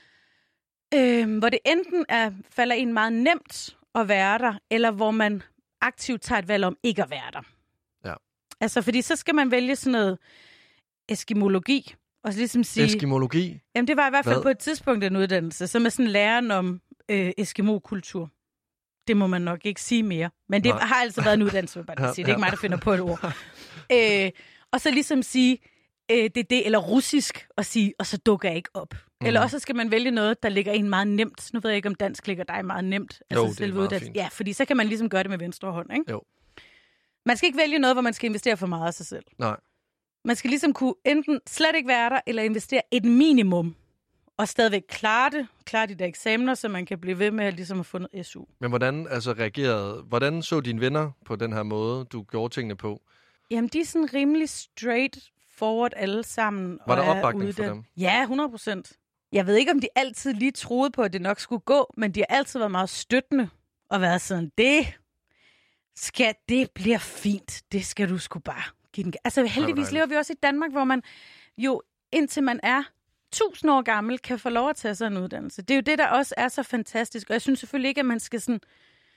øh, hvor det enten er, falder en meget nemt at være der, eller hvor man aktivt tager et valg om ikke at være der. Ja. Altså, fordi så skal man vælge sådan noget eskimologi. Og så ligesom sige, eskimologi? Jamen, det var i hvert fald Hvad? på et tidspunkt en uddannelse, som er sådan læren om øh, eskimokultur. Det må man nok ikke sige mere. Men det Nej. har altså været en uddannelse, vil jeg bare sige. Det er ikke mig, der finder på et ord. øh, og så ligesom sige, øh, det er det, eller russisk, og sige, og så dukker jeg ikke op. Mm. Eller også skal man vælge noget, der ligger en meget nemt. Nu ved jeg ikke, om dansk ligger dig meget nemt. Altså, jo, det er meget fint. Ja, fordi så kan man ligesom gøre det med venstre hånd, ikke? Jo. Man skal ikke vælge noget, hvor man skal investere for meget af sig selv. Nej. Man skal ligesom kunne enten slet ikke være der, eller investere et minimum, og stadigvæk klare det, klare de der eksamener, så man kan blive ved med at ligesom have fundet S U. Men hvordan altså reagerede, hvordan så dine venner på den her måde, du gjorde tingene på? Jamen, de er sådan rimelig straight forward alle sammen. Var der og opbakning for dem? Ja, hundrede procent. Jeg ved ikke, om de altid lige troede på, at det nok skulle gå, men de har altid været meget støttende og været sådan, det skal, det bliver fint, det skal du sgu bare give den. Altså heldigvis lever vi også i Danmark, hvor man jo indtil man er tusind år gammel, kan få lov at tage sig en uddannelse. Det er jo det, der også er så fantastisk, og jeg synes selvfølgelig ikke, at man skal sådan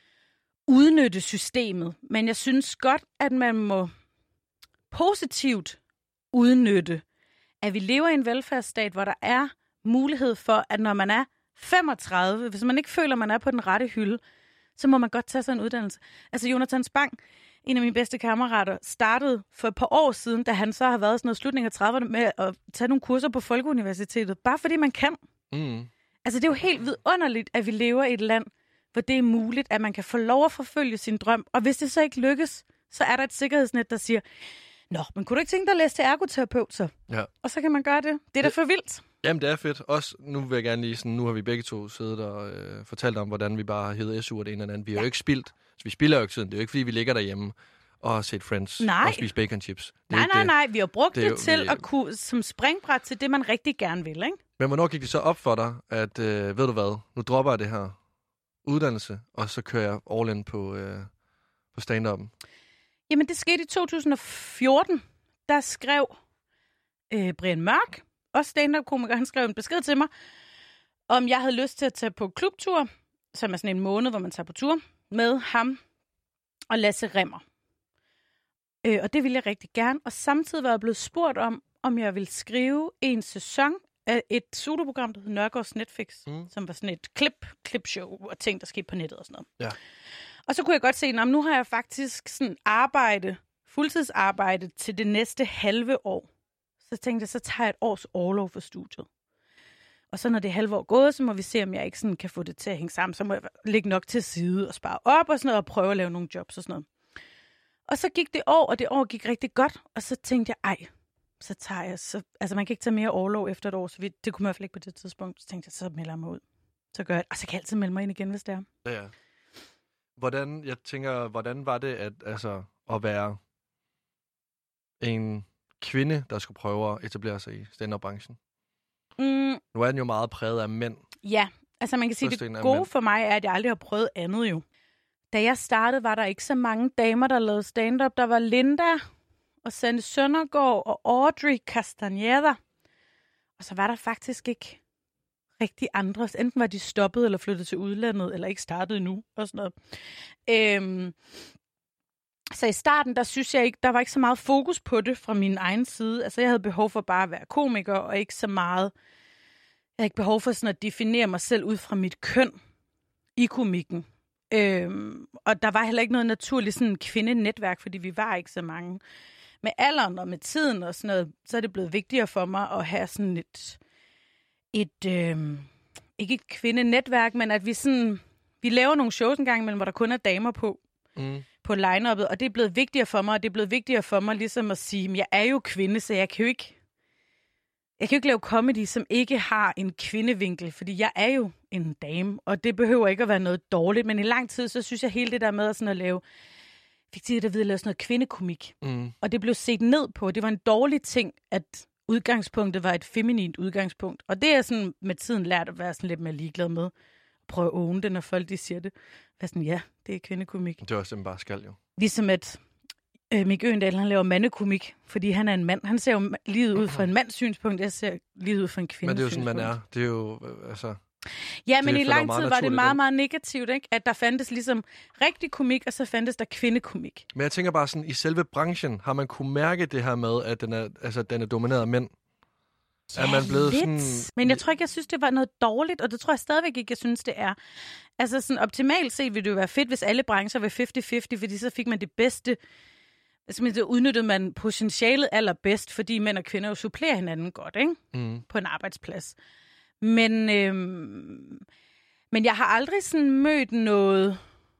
udnytte systemet, men jeg synes godt, at man må positivt udnytte, at vi lever i en velfærdsstat, hvor der er mulighed for, at når man er femogtredive, hvis man ikke føler, at man er på den rette hylde, så må man godt tage sig en uddannelse. Altså Jonathan Spang, en af mine bedste kammerater, startede for et par år siden, da han så har været sådan noget slutning af trediverne med at tage nogle kurser på Folkeuniversitetet, bare fordi man kan. Mm. Altså det er jo helt vidunderligt, at vi lever i et land, hvor det er muligt, at man kan få lov at forfølge sin drøm, og hvis det så ikke lykkes, så er der et sikkerhedsnet, der siger, nå, men kunne du ikke tænke dig at læse til ergoterapeut så? Ja. Og så kan man gøre det. Det er da for vildt. Jamen, det er fedt. Også, nu vil jeg gerne lige sådan, nu har vi begge to siddet og øh, fortalt om, hvordan vi bare har heddet S U og det ene eller andet. Vi har ja. jo ikke spildt, så vi spilder jo ikke tiden. Det er jo ikke, fordi vi ligger derhjemme og har set Friends Nej. og spist bacon chips. Det Nej, nej, det. nej. Vi har brugt det, det det til vi, at kunne som springbræt til det, man rigtig gerne vil, ikke? Men hvornår gik det så op for dig, at øh, ved du hvad, nu dropper jeg det her uddannelse, og så kører jeg all in på, øh, på stand-up'en? Jamen, det skete i to tusind og fjorten. Der skrev øh, Brian Mørk, også stand-up-komiker, han skrev en besked til mig, om jeg havde lyst til at tage på klubtur, som er sådan en måned, hvor man tager på tur, med ham og Lasse Rimmer. Øh, og det ville jeg rigtig gerne. Og samtidig var jeg blevet spurgt om, om jeg ville skrive en sæson af et soloprogram, der hed Nørgaards Netflix, mm. som var sådan et klip, klipshow og ting, der skete på nettet og sådan noget. Ja. Og så kunne jeg godt se, at nu har jeg faktisk sådan arbejde, fuldtidsarbejde til det næste halve år. Så tænkte jeg, så tager jeg et års orlov for studiet. Og så når det er halve år gået, så må vi se, om jeg ikke sådan kan få det til at hænge sammen. Så må jeg lægge nok til side og spare op og sådan noget, og prøve at lave nogle jobs og sådan noget. Og så gik det år, og det år gik rigtig godt. Og så tænkte jeg, ej, så tager jeg... Så, altså, man kan ikke tage mere orlov efter et år, så vi, det kunne man i hvert fald ikke på det tidspunkt. Så tænkte jeg, så melder jeg mig ud. Så gør jeg, og så kan jeg altid melde mig ind igen, hvis det er. Ja, ja. Hvordan, jeg tænker, hvordan var det at, altså, at være en kvinde, der skulle prøve at etablere sig i stand-up-branchen? Mm. Nu er den jo meget præget af mænd. Ja, altså man kan sige, det gode for mig er, at jeg aldrig har prøvet andet jo. Da jeg startede, var der ikke så mange damer, der lavede stand-up. Der var Linda og Sanne Søndergaard og Audrey Castaneda. Og så var der faktisk ikke rigtig andre. Enten var de stoppet eller flyttet til udlandet, eller ikke startet endnu og sådan noget. Øhm, så i starten, der synes jeg ikke, der var ikke så meget fokus på det fra min egen side. Altså jeg havde behov for bare at være komiker, og ikke så meget... Jeg havde ikke behov for sådan at definere mig selv ud fra mit køn i komikken. Øhm, og der var heller ikke noget naturligt sådan kvindenetværk, fordi vi var ikke så mange. Med alderen og med tiden og sådan noget, så er det blevet vigtigere for mig at have sådan et, et øhm, ikke et kvindenetværk, men at vi sådan, vi laver nogle shows en gang imellem, hvor der kun er damer på, mm. på line-uppet, og det er blevet vigtigere for mig, og det er blevet vigtigere for mig ligesom at sige, at jeg er jo kvinde, så jeg kan jo ikke, jeg kan jo ikke lave comedy, som ikke har en kvindevinkel, fordi jeg er jo en dame, og det behøver ikke at være noget dårligt, men i lang tid, så synes jeg hele det der med at, sådan at lave, fik tid at vide at lave sådan noget kvindekomik, mm. og det blev set ned på, det var en dårlig ting, at udgangspunktet var et feminint udgangspunkt, og det er sådan med tiden lært at være sådan lidt mere ligeglad med, prøve at åne det, når folk de siger det, være sådan, ja, det er kvindekomik. Det er også simpelthen bare skal jo. Ligesom at øh, Mick Øgendahl, han laver mandekomik, fordi han er en mand. Han ser jo livet ud fra en mands synspunkt, jeg ser livet ud fra en kvindes Men det er jo sådan, synspunkt. man er. Det er jo, altså... Ja, men i lang tid var det meget, den. meget negativt, ikke? At der fandtes ligesom rigtig komik, og så fandtes der kvindekomik. Men jeg tænker bare sådan, i selve branchen har man kunne mærke det her med, at den er, altså, den er domineret af mænd. Ja, er man blevet lidt. Sådan... Men jeg tror ikke, jeg synes, det var noget dårligt, og det tror jeg stadigvæk ikke, jeg synes, det er. Altså sådan optimalt set ville det jo være fedt, hvis alle brancher var halvtreds halvtreds, fordi så fik man det bedste. Altså, så udnyttede man potentialet allerbedst, fordi mænd og kvinder jo supplerer hinanden godt, ikke? Mm. På en arbejdsplads. Men, øhm, men jeg har aldrig sådan mødt noget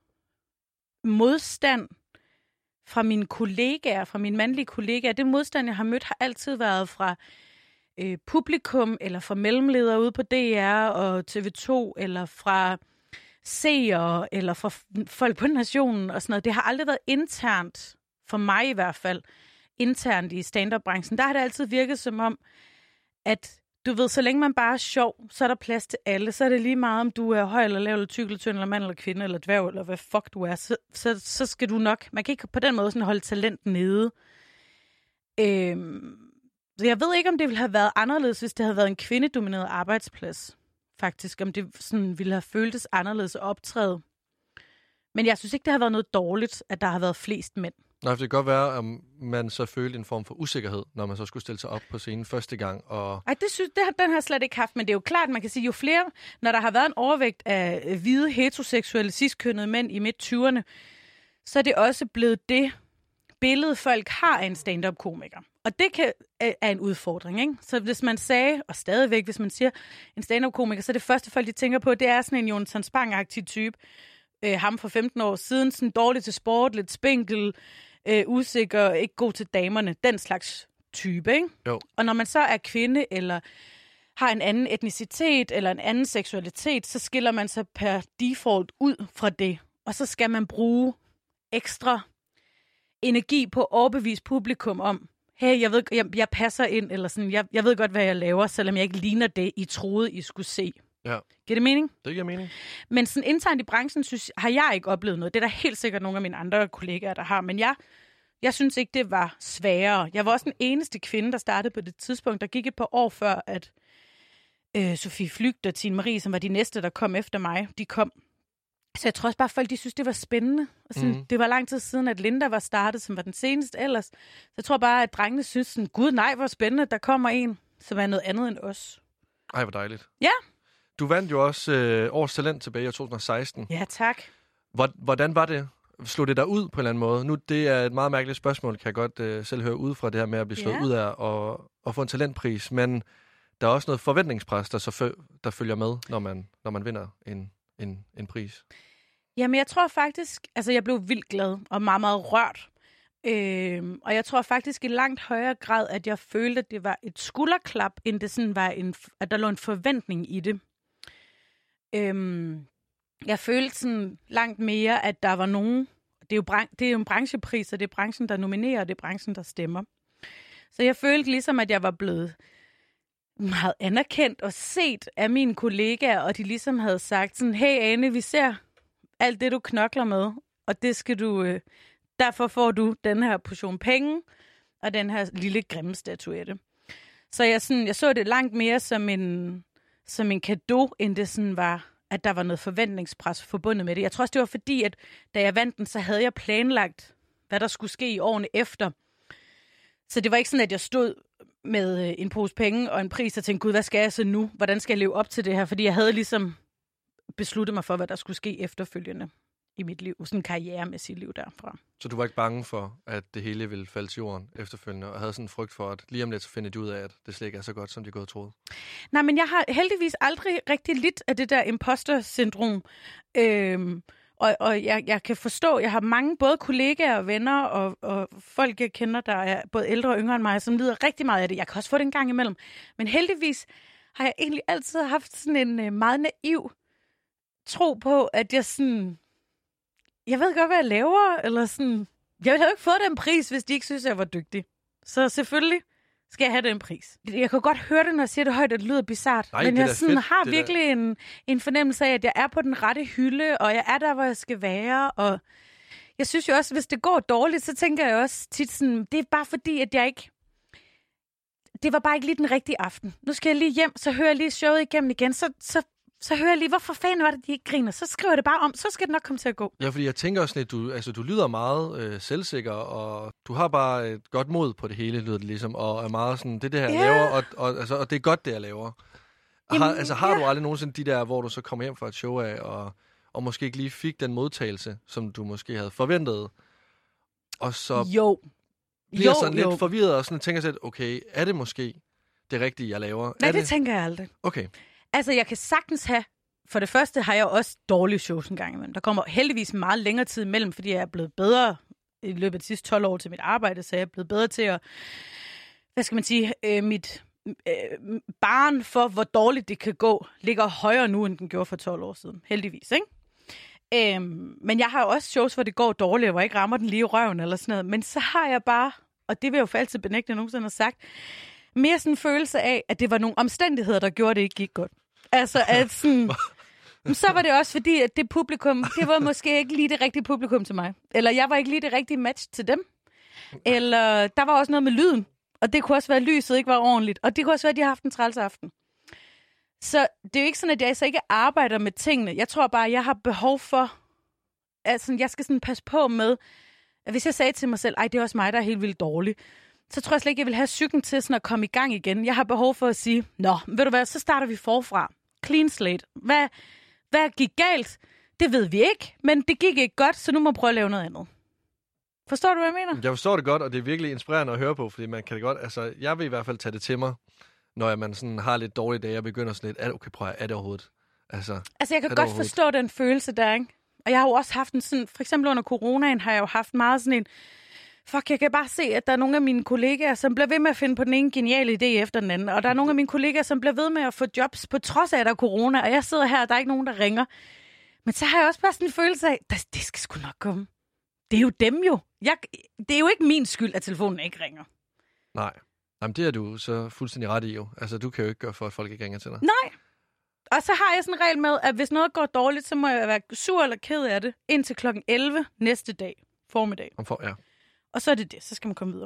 modstand fra mine kollegaer, fra mine mandlige kollegaer. Det modstand, jeg har mødt, har altid været fra øh, publikum, eller fra mellemledere ude på D R og T V to, eller fra seere, eller fra folk på Nationen og sådan noget. Det har aldrig været internt, for mig i hvert fald, internt i stand-up-branchen. Der har det altid virket som om, at du ved, så længe man bare er sjov, så er der plads til alle. Så er det lige meget, om du er høj eller lav, eller tyk, eller tynd, eller mand, eller kvinde, eller dværg, eller hvad fuck du er. Så, så, så skal du nok... Man kan ikke på den måde sådan holde talent nede. Øhm, så jeg ved ikke, om det ville have været anderledes, hvis det havde været en kvindedomineret arbejdsplads. Faktisk, om det sådan ville have føltes anderledes at optræde. Men jeg synes ikke, det har været noget dårligt, at der har været flest mænd. Nej, for det kan godt være, at man så følte en form for usikkerhed, når man så skulle stille sig op på scenen første gang. Og... Ej, det synes det har, den har jeg slet ikke haft, men det er jo klart, man kan sige, jo flere, når der har været en overvægt af hvide, heteroseksuelle, cis-kønnede mænd i midt-tyverne, så er det også blevet det billede, folk har af en stand-up-komiker. Og det kan, er en udfordring, ikke? Så hvis man sagde, og stadigvæk, hvis man siger en stand-up-komiker, så er det første folk, de tænker på, det er sådan en Jonathan Spang-agtig type. Øh, ham for femten år siden, sådan dårlig til sport, lidt spinkel, øh, usikker, ikke god til damerne, den slags type, ikke? Jo. Og når man så er kvinde, eller har en anden etnicitet, eller en anden seksualitet, så skiller man sig per default ud fra det. Og så skal man bruge ekstra energi på at overbevise publikum om, hey, jeg ved, jeg, jeg passer ind, eller sådan, jeg, jeg ved godt, hvad jeg laver, selvom jeg ikke ligner det, I troede, I skulle se. Ja. Giver det mening? Det giver mening. Men sådan internt i branchen, synes, har jeg ikke oplevet noget. Det er der helt sikkert nogle af mine andre kollegaer, der har. Men jeg, jeg synes ikke, det var sværere. Jeg var også den eneste kvinde, der startede på det tidspunkt. Der gik et par år før, at øh, Sofie Flygt og Tine Marie, som var de næste, der kom efter mig, de kom. Så jeg tror også bare, at folk de synes, det var spændende. Og sådan, mm. Det var lang tid siden, at Linda var startet, som var den seneste ellers. Så jeg tror bare, at drengene synes, sådan, gud nej, hvor spændende, der kommer en, som er noget andet end os. Ej, hvor dejligt. Ja. Du vandt jo også øh, Årets Talent tilbage i to tusind og seksten. Ja, tak. Hvordan var det? Slog det dig ud på en eller anden måde? Nu, det er et meget mærkeligt spørgsmål, kan jeg godt øh, selv høre ud fra det her med at blive slået ja. ud af og, og få en talentpris. Men der er også noget forventningspres, der, så fø- der følger med, når man, når man vinder en, en, en pris. Jamen, jeg tror faktisk, altså jeg blev vildt glad og meget, meget rørt. Øhm, og jeg tror faktisk i langt højere grad, at jeg følte, at det var et skulderklap, end det sådan var en, at der lå en forventning i det. Øhm, jeg følte sådan langt mere, at der var nogen. Det er jo, bran- det er jo en branchepris, og det er branchen, der nominerer, og det er branchen, der stemmer. Så jeg følte ligesom, at jeg var blevet meget anerkendt og set af mine kollegaer, og de ligesom havde sagt sådan, hey Ane, vi ser alt det, du knokler med, og det skal du, øh, derfor får du den her portion penge, og den her lille grimme statuette. Så jeg, sådan, jeg så det langt mere som en, som en cadeau, end det sådan var, at der var noget forventningspres forbundet med det. Jeg tror også, det var fordi, at da jeg vandt den, så havde jeg planlagt, hvad der skulle ske i årene efter. Så det var ikke sådan, at jeg stod med en pose penge og en pris og tænkte, gud, hvad skal jeg så nu? Hvordan skal jeg leve op til det her? Fordi jeg havde ligesom besluttet mig for, hvad der skulle ske efterfølgende i mit liv. Sådan en karrieremæssigt liv derfra. Så du var ikke bange for, at det hele ville falde til jorden efterfølgende, og havde sådan en frygt for, at lige om lidt så finder de ud af, at det slet ikke er så godt, som de gået troede? Nej, men jeg har heldigvis aldrig rigtig lidt af det der imposter-syndrom. Øhm, og og jeg, jeg kan forstå, jeg har mange både kollegaer og venner og, og folk, jeg kender, der er både ældre og yngre end mig, som lider rigtig meget af det. Jeg kan også få det en gang imellem. Men heldigvis har jeg egentlig altid haft sådan en øh, meget naiv tro på, at jeg sådan... Jeg ved godt, hvad jeg laver, eller sådan... Jeg ville have ikke fået den pris, hvis de ikke synes, jeg var dygtig. Så selvfølgelig skal jeg have den pris. Jeg kan godt høre det, når jeg siger det højt, at det lyder bizart. Nej, men jeg sådan, fedt, har virkelig en, en fornemmelse af, at jeg er på den rette hylde, og jeg er der, hvor jeg skal være. Og jeg synes jo også, hvis det går dårligt, så tænker jeg også tit sådan, det er bare fordi, at jeg ikke... Det var bare ikke lige den rigtige aften. Nu skal jeg lige hjem, så hører jeg lige showet igennem igen, så... så Så hører jeg lige, hvorfor fanden var det, de ikke griner? Så skriver jeg det bare om, så skal det nok komme til at gå. Ja, fordi jeg tænker også lidt, du, altså, du lyder meget øh, selvsikker, og du har bare et godt mod på det hele, lyder det ligesom, og er meget sådan, det er det her, jeg Ja. laver, og, og, altså, og det er godt, det jeg laver. Jamen, har, altså, har ja. du aldrig nogensinde de der, hvor du så kommer hjem fra et show af, og, og måske ikke lige fik den modtagelse, som du måske havde forventet, og så Jo. bliver jo, sådan jo. lidt forvirret, og sådan tænker sig, okay, er det måske det rigtige, jeg laver? Nej, er det, det tænker jeg aldrig. Okay. Altså, jeg kan sagtens have... For det første har jeg også dårlige shows en gang imellem. Der kommer heldigvis meget længere tid imellem, fordi jeg er blevet bedre i løbet af de sidste tolv år til mit arbejde, så jeg er blevet bedre til at, hvad skal man sige, øh, mit øh, barn for, hvor dårligt det kan gå, ligger højere nu, end den gjorde for tolv år siden. Heldigvis, ikke? Øhm, men jeg har også shows, hvor det går dårligt, hvor jeg ikke rammer den lige i røven eller sådan noget. Men så har jeg bare, og det vil jeg jo for altid benægte, jeg nogensinde har sagt, mere sådan en følelse af, at det var nogle omstændigheder, der gjorde, at det ikke gik godt. Altså, at sådan... Så var det også fordi, at det publikum, det var måske ikke lige det rigtige publikum til mig. Eller jeg var ikke lige det rigtige match til dem. Eller der var også noget med lyden. Og det kunne også være, at lyset ikke var ordentligt. Og det kunne også være, at de har haft en træls aften. Så det er jo ikke sådan, at jeg så ikke arbejder med tingene. Jeg tror bare, at jeg har behov for... Altså, jeg skal sådan passe på med... At hvis jeg sagde til mig selv, ej, det er også mig, der er helt vildt dårlig, så tror jeg slet ikke, jeg vil have cyklen til sådan at komme i gang igen. Jeg har behov for at sige, nå, ved du hvad, så starter vi forfra. Clean slate. Hvad... Hvad gik galt? Det ved vi ikke, men det gik ikke godt, så nu må jeg prøve at lave noget andet. Forstår du, hvad jeg mener? Jeg forstår det godt, og det er virkelig inspirerende at høre på, fordi man kan det godt, altså, jeg vil i hvert fald tage det til mig, når man sådan har lidt dårlige dage, og begynder sådan lidt, er det, okay, prøv at, er det overhovedet? Altså, altså jeg kan godt forstå den følelse der, ikke? Og jeg har jo også haft en sådan, for eksempel under coronaen, har jeg jo haft meget sådan en, fuck, jeg kan bare se, at der er nogle af mine kollegaer, som bliver ved med at finde på den ene geniale idé efter den anden. Og der er nogle af mine kollegaer, som bliver ved med at få jobs, på trods af, at der er corona. Og jeg sidder her, og der er ikke nogen, der ringer. Men så har jeg også bare sådan en følelse af, at det skal sgu nok komme. det er jo dem jo. Jeg, det er jo ikke min skyld, at telefonen ikke ringer. Nej. Jamen, det er du så fuldstændig ret i jo. Altså, du kan jo ikke gøre for, at folk ikke ringer til dig. Nej. Og så har jeg sådan en regel med, at hvis noget går dårligt, så må jeg være sur eller ked af det indtil klokken elleve næste dag, formiddag. Om for, ja. Og så er det det, så skal man komme videre.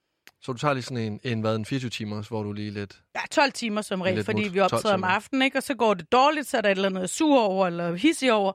Så du tager lige sådan en, en, hvad, en fireogtyve timer, hvor du lige lidt... Ja, tolv timer som regel, fordi mut. vi optræder om aftenen, ikke? Og så går det dårligt, så er der et eller andet sur over, eller hissig over.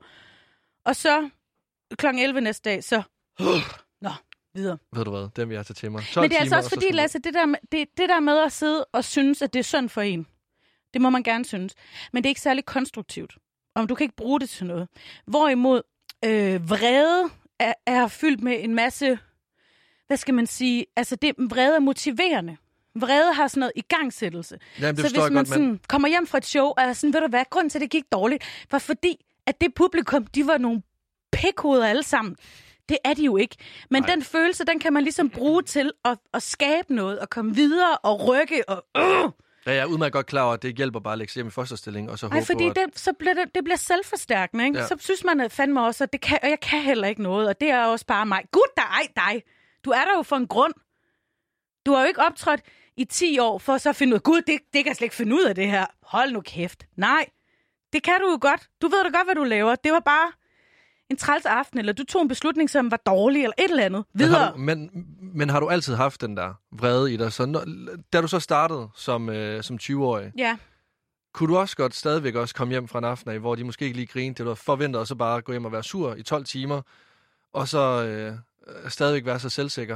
Og så klokken elleve næste dag, så... Nå, videre. Ved du hvad, den vil jeg tage til mig. Men det er altså også fordi, Lasse, det der, med, det, det der med at sidde og synes, at det er synd for en, det må man gerne synes. Men det er ikke særlig konstruktivt. Om du kan ikke bruge det til noget. Hvorimod øh, vrede er, er fyldt med en masse... Hvad skal man sige? Altså, det vrede er motiverende. Vrede har sådan noget igangsættelse. Jamen, det så hvis man godt, sådan men... kommer hjem fra et show, og er sådan, ved du hvad, grunden til, at det gik dårligt, var fordi, at det publikum, de var nogle pikhoveder alle sammen. Det er de jo ikke. Men Nej. Den følelse, den kan man ligesom bruge til at, at skabe noget, og komme videre, og rykke, og... Øh! Ja, jeg er udmærket godt klar over, at det hjælper bare at lægge sig hjem i fosterstilling, og så håbe Ej, fordi på, at... det, så bliver det, det bliver selvforstærkende, ikke? Ja. Så synes man at fandme også, at det kan, og jeg kan heller ikke noget, og det er også bare mig. Gud, dig, dig! Du er der jo for en grund. Du har jo ikke optrådt i ti år, for så at finde ud af, gud, det, det kan jeg slet ikke finde ud af det her. Hold nu kæft. Nej, det kan du jo godt. Du ved da godt, hvad du laver. Det var bare en træls aften, eller du tog en beslutning, som var dårlig, eller et eller andet. Videre. Men har du, men, men har du altid haft den der vrede i dig? Så når, da du så startede som, øh, som tyve-årig, ja. Kunne du også godt stadigvæk også komme hjem fra en aften af, hvor de måske ikke lige grinede, det du forventede, og så bare gå hjem og være sur i tolv timer, og så øh, stadigvæk være så selvsikker?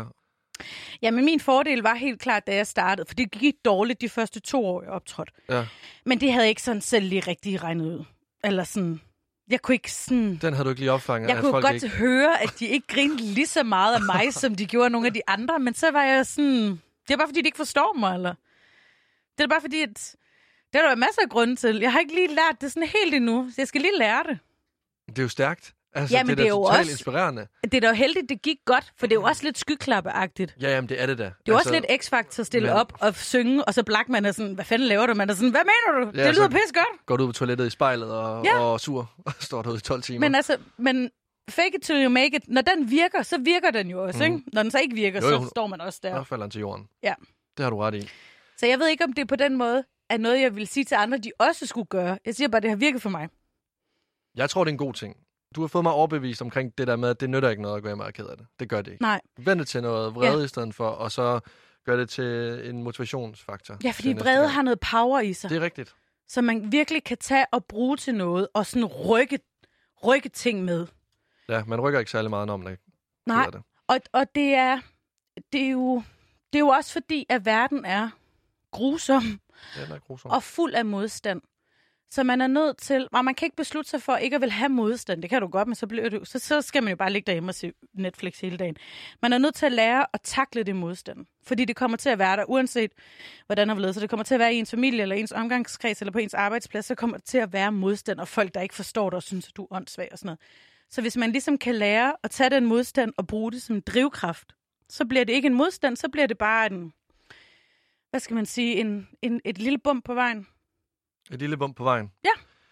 Ja, men min fordel var helt klart, da jeg startede, for det gik dårligt de første to år, jeg optrådte. Ja. Men det havde jeg ikke sådan selv lige rigtig regnet ud. Eller sådan... Jeg kunne ikke sådan... Den havde du ikke lige opfanget. Jeg at kunne folk godt ikke... høre, at de ikke grinede lige så meget af mig, som de gjorde nogle af de andre. Men så var jeg sådan... Det er bare, fordi de ikke forstår mig, eller... Det er bare, fordi, at... Det er der masser af grunde til. Jeg har ikke lige lært det sådan helt endnu, så jeg skal lige lære det. Det er jo stærkt. Altså, jamen, det er, det er jo totalt også... inspirerende. Det er da jo heldigt, det gik godt, for det er jo også lidt skyklappeagtigt. Ja, jamen, det er det da. Det er jo altså... også lidt X-Factor at stille men... op og synge, og så Blackman er sådan, hvad fanden laver du? Man er sådan, hvad mener du? Ja, det lyder pisse godt. Går du ud på toilettet i spejlet og, ja. og sur, og står derude i tolv timer. Men altså, men fake it till you make it, når den virker, så virker den jo også, mm. ikke? Når den så ikke virker, jo, jo, så står man også der. Så falder den til jorden. Ja. Det har du ret i. Så jeg ved ikke, om det er på den måde, at noget, jeg vil sige til andre, de også skulle gøre. Jeg siger bare, det har virket for mig. Jeg tror, det er en god ting. Du har fået mig overbevist omkring det der med, at det nytter ikke noget at gå hjem og ked af det. Det gør det ikke. Nej. Vend det til noget vrede ja. i stedet for, og så gør det til en motivationsfaktor. Ja, fordi vrede har noget power i sig. Det er rigtigt. Så man virkelig kan tage og bruge til noget, og sådan rykke, rykke ting med. Ja, man rykker ikke særlig meget, når man er Nej, ked af det. Og, og det, er, det, er jo, det er jo også fordi, at verden er grusom, ja, den er grusom. Og fuld af modstand. Så man er nødt til, og man kan ikke beslutte sig for ikke at vil have modstand. Det kan du godt, men så, bliver det, så, så skal man jo bare ligge derhjemme og se Netflix hele dagen. Man er nødt til at lære at takle det modstand. Fordi det kommer til at være der, uanset hvordan det er. Så det kommer til at være i ens familie, eller ens omgangskreds, eller på ens arbejdsplads, så kommer det til at være modstand, og folk, der ikke forstår dig og synes, at du er åndssvag og sådan noget. Så hvis man ligesom kan lære at tage den modstand og bruge det som drivkraft, så bliver det ikke en modstand, så bliver det bare en, hvad skal man sige, en, en, et lille bump på vejen. Et lille bump på vejen. Ja.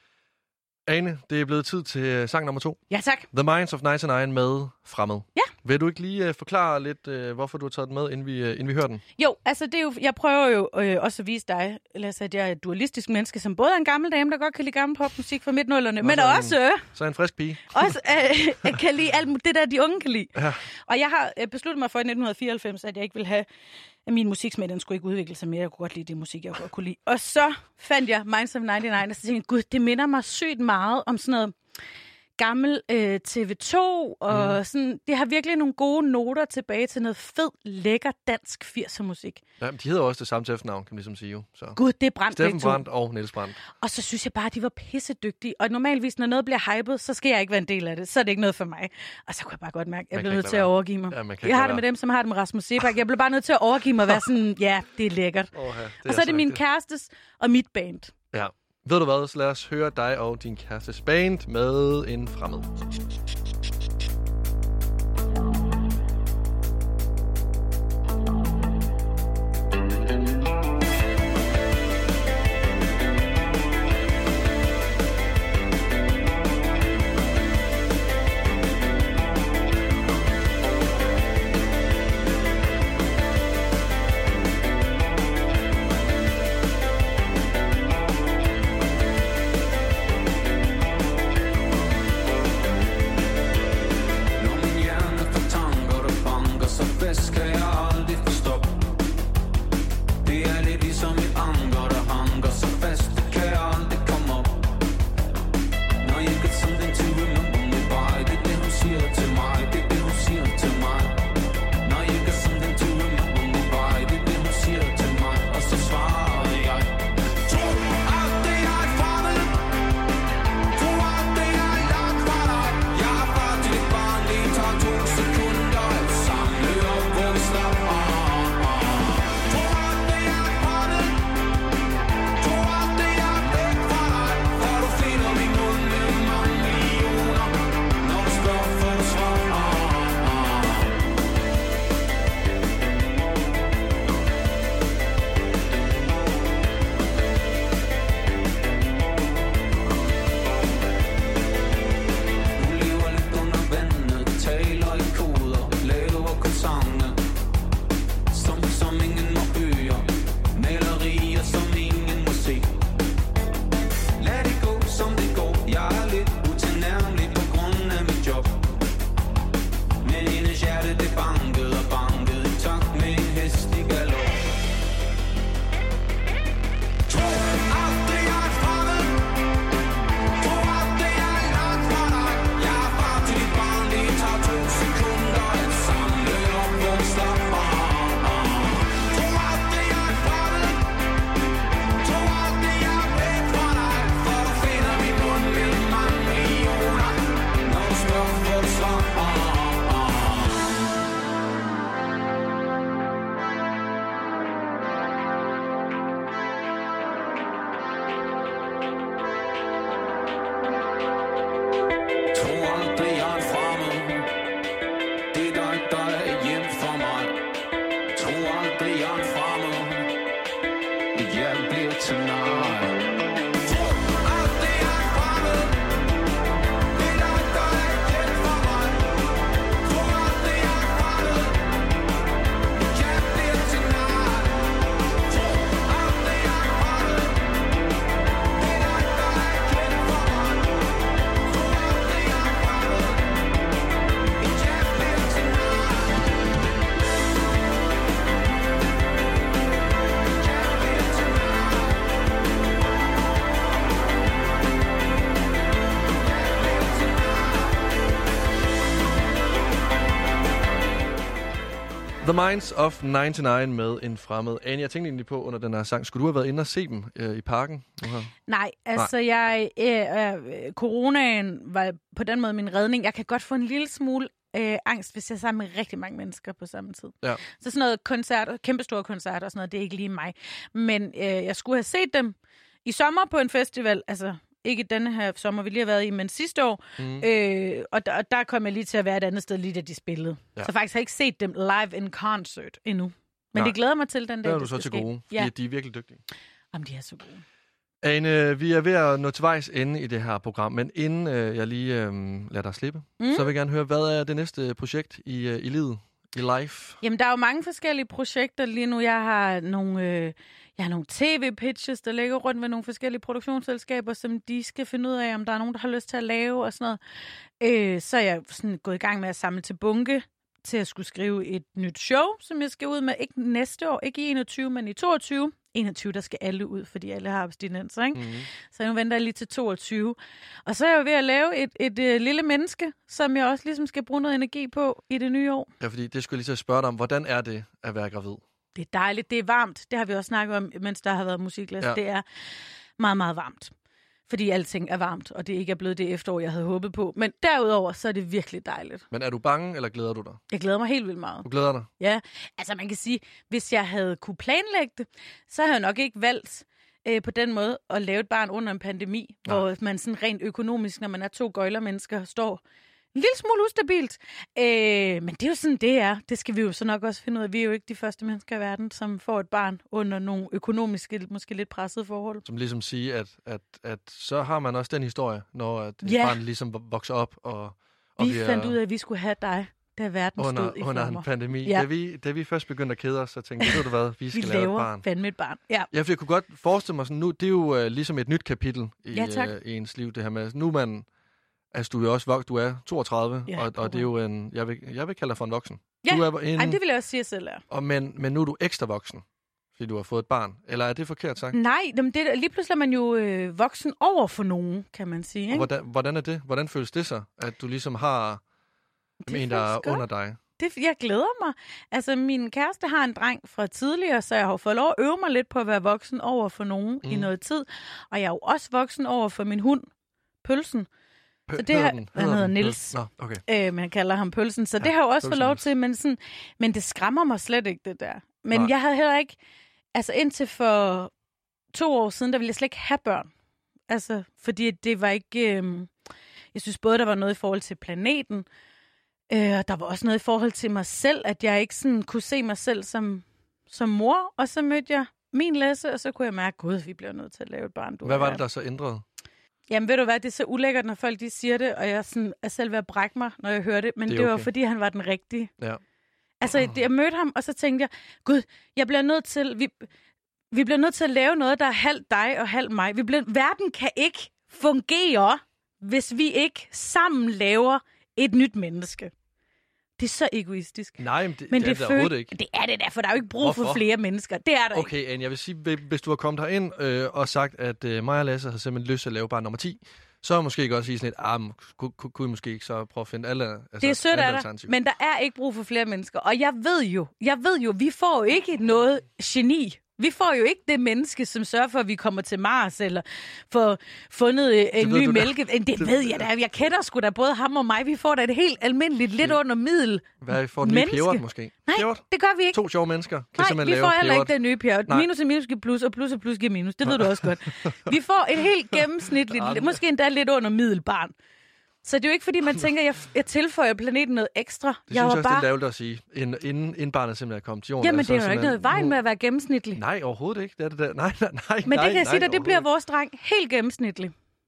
Ane, det er blevet tid til sang nummer to. Ja, tak. The Minds of nioghalvfems med Fremmed. Ja. Vil du ikke lige uh, forklare lidt, uh, hvorfor du har taget den med, inden vi, uh, inden vi hører den? Jo, altså det er jo, jeg prøver jo øh, også at vise dig, Lasse, at jeg er et dualistisk menneske, som både er en gammel dame, der godt kan lide gammel popmusik fra midtnullerne, men så også... En, så en frisk pige. Også øh, kan lide alt det der, de unge kan lide. Ja. Og jeg har øh, besluttet mig for i nitten fireoghalvfems, at jeg ikke vil have... at min musiksmag, den skulle ikke udvikle sig mere. Jeg kunne godt lide det musik, jeg godt kunne lide. Og så fandt jeg Minds of nioghalvfems, og så tænkte jeg, gud, det minder mig sygt meget om sådan noget gammel øh, T V to, og mm. sådan, det har virkelig nogle gode noter tilbage til noget fed, lækker dansk firser musik. Ja, de hedder også det samme til efternavn, kan man ligesom sige jo. Så. Gud, det er Brandt. Steffen Brandt og Niels Brandt. Og så synes jeg bare, at de var pissedygtige. Og normalvis, når noget bliver hypet, så skal jeg ikke være en del af det. Så er det ikke noget for mig. Og så kunne jeg bare godt mærke, at jeg blev nødt til at overgive mig. Ja, jeg har det med dem, som har det med Rasmus Sebak. Jeg blev bare nødt til at overgive mig og være sådan, ja, det er lækkert. Oh, ja, det er og så er det min kærestes og mit band. Ja. Ved du hvad, så lad os høre dig og din kærestes band med En Fremmed. The Minds of nioghalvfems med en fremmed. Annie, jeg tænkte egentlig på under den her sang, skulle du have været inde og se dem øh, i parken? Uh-huh. Nej, altså Nej. jeg øh, øh, coronaen var på den måde min redning. Jeg kan godt få en lille smule øh, angst, hvis jeg er sammen med rigtig mange mennesker på samme tid. Ja. Så sådan noget koncerter, kæmpestore koncerter og sådan noget, det er ikke lige mig. Men øh, jeg skulle have set dem i sommer på en festival, altså ikke denne her sommer, vi lige har været i, men sidste år. Mm. Øh, og, der, og der kom jeg lige til at være et andet sted, lige da de spillede. Ja. Så faktisk har jeg ikke set dem live in concert endnu. Men Nej. det glæder mig til den dag, det er du så til ske. gode, fordi ja. de er virkelig dygtige. Jamen, de er så gode. Ane, vi er ved at nå til vejs ende i det her program, men inden øh, jeg lige øh, lader dig slippe, mm. så vil jeg gerne høre, hvad er det næste projekt i, øh, i livet, i life? Jamen, der er jo mange forskellige projekter lige nu. Jeg har nogle... Øh, Jeg har nogle tv-pitches, der ligger rundt med nogle forskellige produktionsselskaber, som de skal finde ud af, om der er nogen, der har lyst til at lave og sådan noget. Øh, så er jeg sådan gået i gang med at samle til bunke til at skulle skrive et nyt show, som jeg skal ud med. Ikke næste år, ikke i enogtyve, men i toogtyve. enogtyve, der skal alle ud, fordi alle har abstinenser, ikke? Mm-hmm. Så nu venter jeg lige til toogtyve. Og så er jeg jo ved at lave et, et, et lille menneske, som jeg også ligesom skal bruge noget energi på i det nye år. Ja, fordi det skulle jeg lige til at spørge dig om. Hvordan er det at være gravid? Det er dejligt, det er varmt. Det har vi også snakket om, mens der har været musiklæs. Ja. Det er meget, meget varmt. Fordi alting er varmt, og det ikke er blevet det efterår, jeg havde håbet på. Men derudover, så er det virkelig dejligt. Men er du bange, eller glæder du dig? Jeg glæder mig helt vildt meget. Du glæder dig? Ja, altså man kan sige, hvis jeg havde kunne planlægge det, så havde jeg nok ikke valgt øh, på den måde at lave et barn under en pandemi, Nej. hvor man sådan rent økonomisk, når man er to gøjlermennesker, står en lille smule ustabilt. Øh, men det er jo sådan, det er. Det skal vi jo så nok også finde ud af. Vi er jo ikke de første mennesker i verden, som får et barn under nogle økonomiske, måske lidt pressede forhold. Som ligesom sige, at, at, at så har man også den historie, når et ja. barn ligesom vokser op. Og, og vi, vi fandt ud af, at vi skulle have dig, da verden under, stod i under flammer. en pandemi. Ja. Da, vi, da vi først begyndte at kede os, så tænkte jeg, ved du hvad, vi skal vi lave et barn. Vi laver fandme et barn, ja. Ja, for jeg kunne godt forestille mig sådan, nu, det er jo uh, ligesom et nyt kapitel i, ja, uh, i ens liv, det her med, nu er man... Altså, du er også voksen, du er toogtredive, ja, og, og det er jo en, jeg vil, jeg vil kalde dig for en voksen. Ja, du er en, Ej, det vil jeg også sige, at selv er. Og men, men nu er du ekstra voksen, fordi du har fået et barn. Eller er det forkert sagt? Nej, det, lige pludselig er man jo øh, voksen over for nogen, kan man sige. Ikke? Hvordan, hvordan er det? Hvordan føles det så, at du ligesom har en, der er under dig? Det, jeg glæder mig. Altså, min kæreste har en dreng fra tidligere, så jeg har fået lov at øve mig lidt på at være voksen over for nogen mm. i noget tid. Og jeg er jo også voksen over for min hund, Pølsen. P- så det har, den, han hedder Niels, Nå, okay. øh, men han kalder ham Pølsen, så ja, det har jeg også fået lov til, men, sådan, men det skræmmer mig slet ikke, det der. Men Nej. jeg havde heller ikke, altså indtil for to år siden, der ville jeg slet ikke have børn. Altså, fordi det var ikke, øh, jeg synes både, der var noget i forhold til planeten, øh, og der var også noget i forhold til mig selv, at jeg ikke sådan kunne se mig selv som, som mor, og så mødte jeg min Lasse, og så kunne jeg mærke, gud, vi bliver nødt til at lave et barn. Du Hvad var det, der så ændrede? Jamen ved du hvad, det er så ulækkert, når folk de siger det, og jeg sådan, er selv ved at brække mig, når jeg hører det, men det, det var okay. fordi, han var den rigtige. Ja. Altså, oh. jeg mødte ham, og så tænkte jeg, gud, jeg bliver nødt til, vi, vi bliver nødt til at lave noget, der er halvt dig og halvt mig. Vi bliver, verden kan ikke fungere, hvis vi ikke sammen laver et nyt menneske. Det er så egoistisk. Nej, men det, men det, det er det overhovedet ikke. Det er det der, for der er jo ikke brug Hvorfor? for flere mennesker. Det er der okay, ikke. Okay, Anne, jeg vil sige, hvis du har kommet herind øh, og sagt, at øh, mig og Lasse har simpelthen lyst til at lave barn nummer ti, så er måske ikke også sige sådan lidt, ah, kunne, kunne, kunne I måske ikke så prøve at finde alle altså, det er sødt af dig, men der er ikke brug for flere mennesker. Og jeg ved jo, jeg ved jo, vi får jo ikke noget geni. Vi får jo ikke det menneske, som sørger for, at vi kommer til Mars, eller får fundet en ny mælke. Det, det ved jeg da. Jeg kender sgu da både ham og mig. Vi får da et helt almindeligt, lidt under middel Hvad, får den nye pebert måske? Nej, pebert? det gør vi ikke. To sjove mennesker kan Nej, vi får heller ikke den nye pebert. Minus og minus giver plus, og plus og plus giver minus. Det ved du også godt. Vi får et helt gennemsnitligt, måske endda lidt under middel barn. Så det er jo ikke, fordi man tænker, at jeg, jeg tilføjer planeten noget ekstra. Det synes jeg også, bare... det er lavt at sige, inden, inden barnet simpelthen er kommet til jorden. Jamen, altså, det er jo ikke noget vejen med at være gennemsnitlig. Nej, overhovedet ikke. Det er det der. Nej, nej, nej. Men nej, det kan jeg nej, sige dig, det bliver vores dreng helt gennemsnitlig.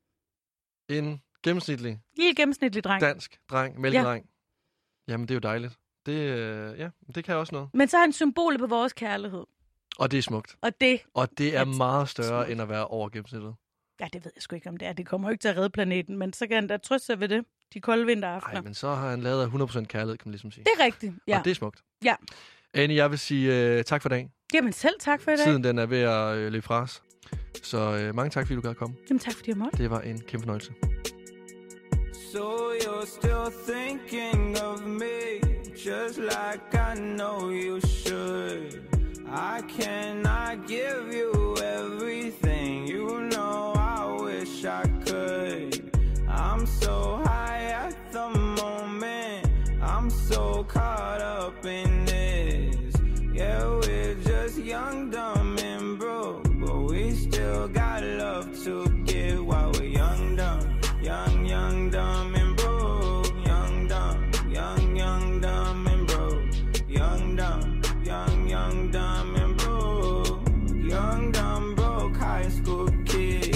En gennemsnitlig? Helt gennemsnitlig dreng. Dansk dreng, mælkedreng. Ja. Jamen, det er jo dejligt. Det, øh, ja, det kan også noget. Men så er han symbol på vores kærlighed. Og det er smukt. Og det, Og det er meget større, smukt. End at være over gennemsnittet. Ja, det ved jeg sgu ikke, om det er. Det kommer jo ikke til at redde planeten, men så kan han da trøste sig ved det. De kolde vinteraftener. Nej, men så har han lavet af hundrede procent kærlighed, kan man ligesom sige. Det er rigtigt, ja. Og det er smukt. Ja. Annie, jeg vil sige uh, tak for dagen. Jamen selv tak for i dag. Tiden den er ved at uh, løbe fra os. Så uh, mange tak, fordi du gad komme. Jamen tak, fordi jeg måtte. Det var en kæmpe fornøjelse. So you're still thinking of me, just like I know you should. I cannot give you everything, you know I wish I could. I'm so high at the moment, I'm so caught up in this. Yeah, we're just young, dumb, and broke, but we still got love to give while we're young, dumb, young, young, dumb, and broke. Young, dumb, young, young, dumb, and broke. Young, dumb, young, young, dumb, and broke. Young, dumb, broke high school kid.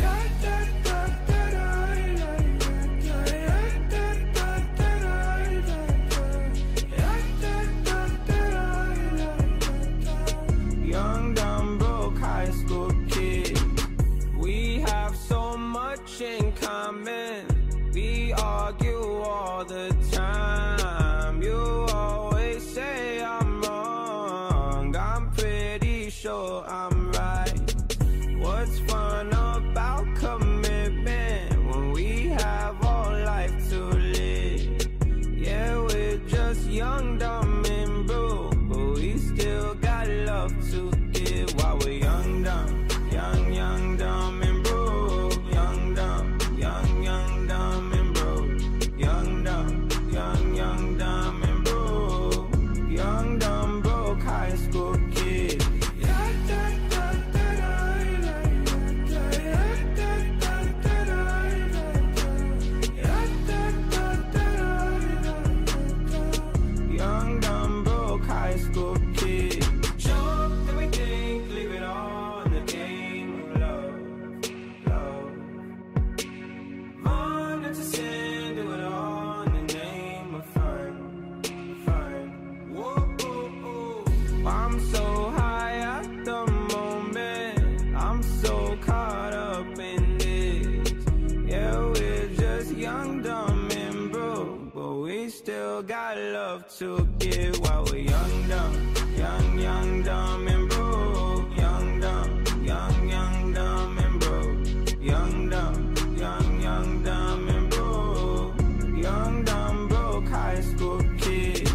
Young, dumb, broke high school kid. We have so much in common. We argue all the time. You always say I'm wrong. I'm pretty sure I'm right. What's fun about commitment when we have all life to live? Yeah, we're just young, dumb, and broke, but we still got love to give while we're young, dumb, young, young, dumb, and broke. Young, dumb, young, young, dumb, and broke. Young, dumb, young, young, dumb, and broke. Young, dumb, broke high school kid. Young, dumb, broke high school kid. Show up everything, leave it all in the game of love, love. Run into sin, do it all in the name of fun, fun. Whoa, whoa, whoa. I'm so high at the moment, I'm so caught up in this. Yeah, we're just young, dumb, and broke, but we still got love to give while we're young, dumb, young, young, dumb, and broke. Young, dumb, young, young, dumb, and broke. Young, dumb, young, young, dumb, and broke. Young, dumb, broke high school kid.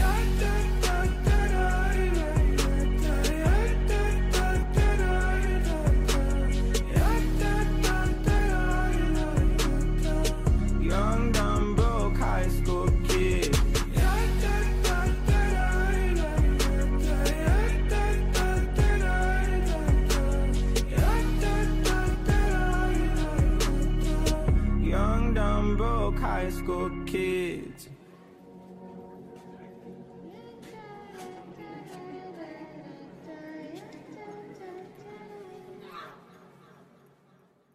Young, dumb, broke high school kid. Young, dumb, broke high school kids.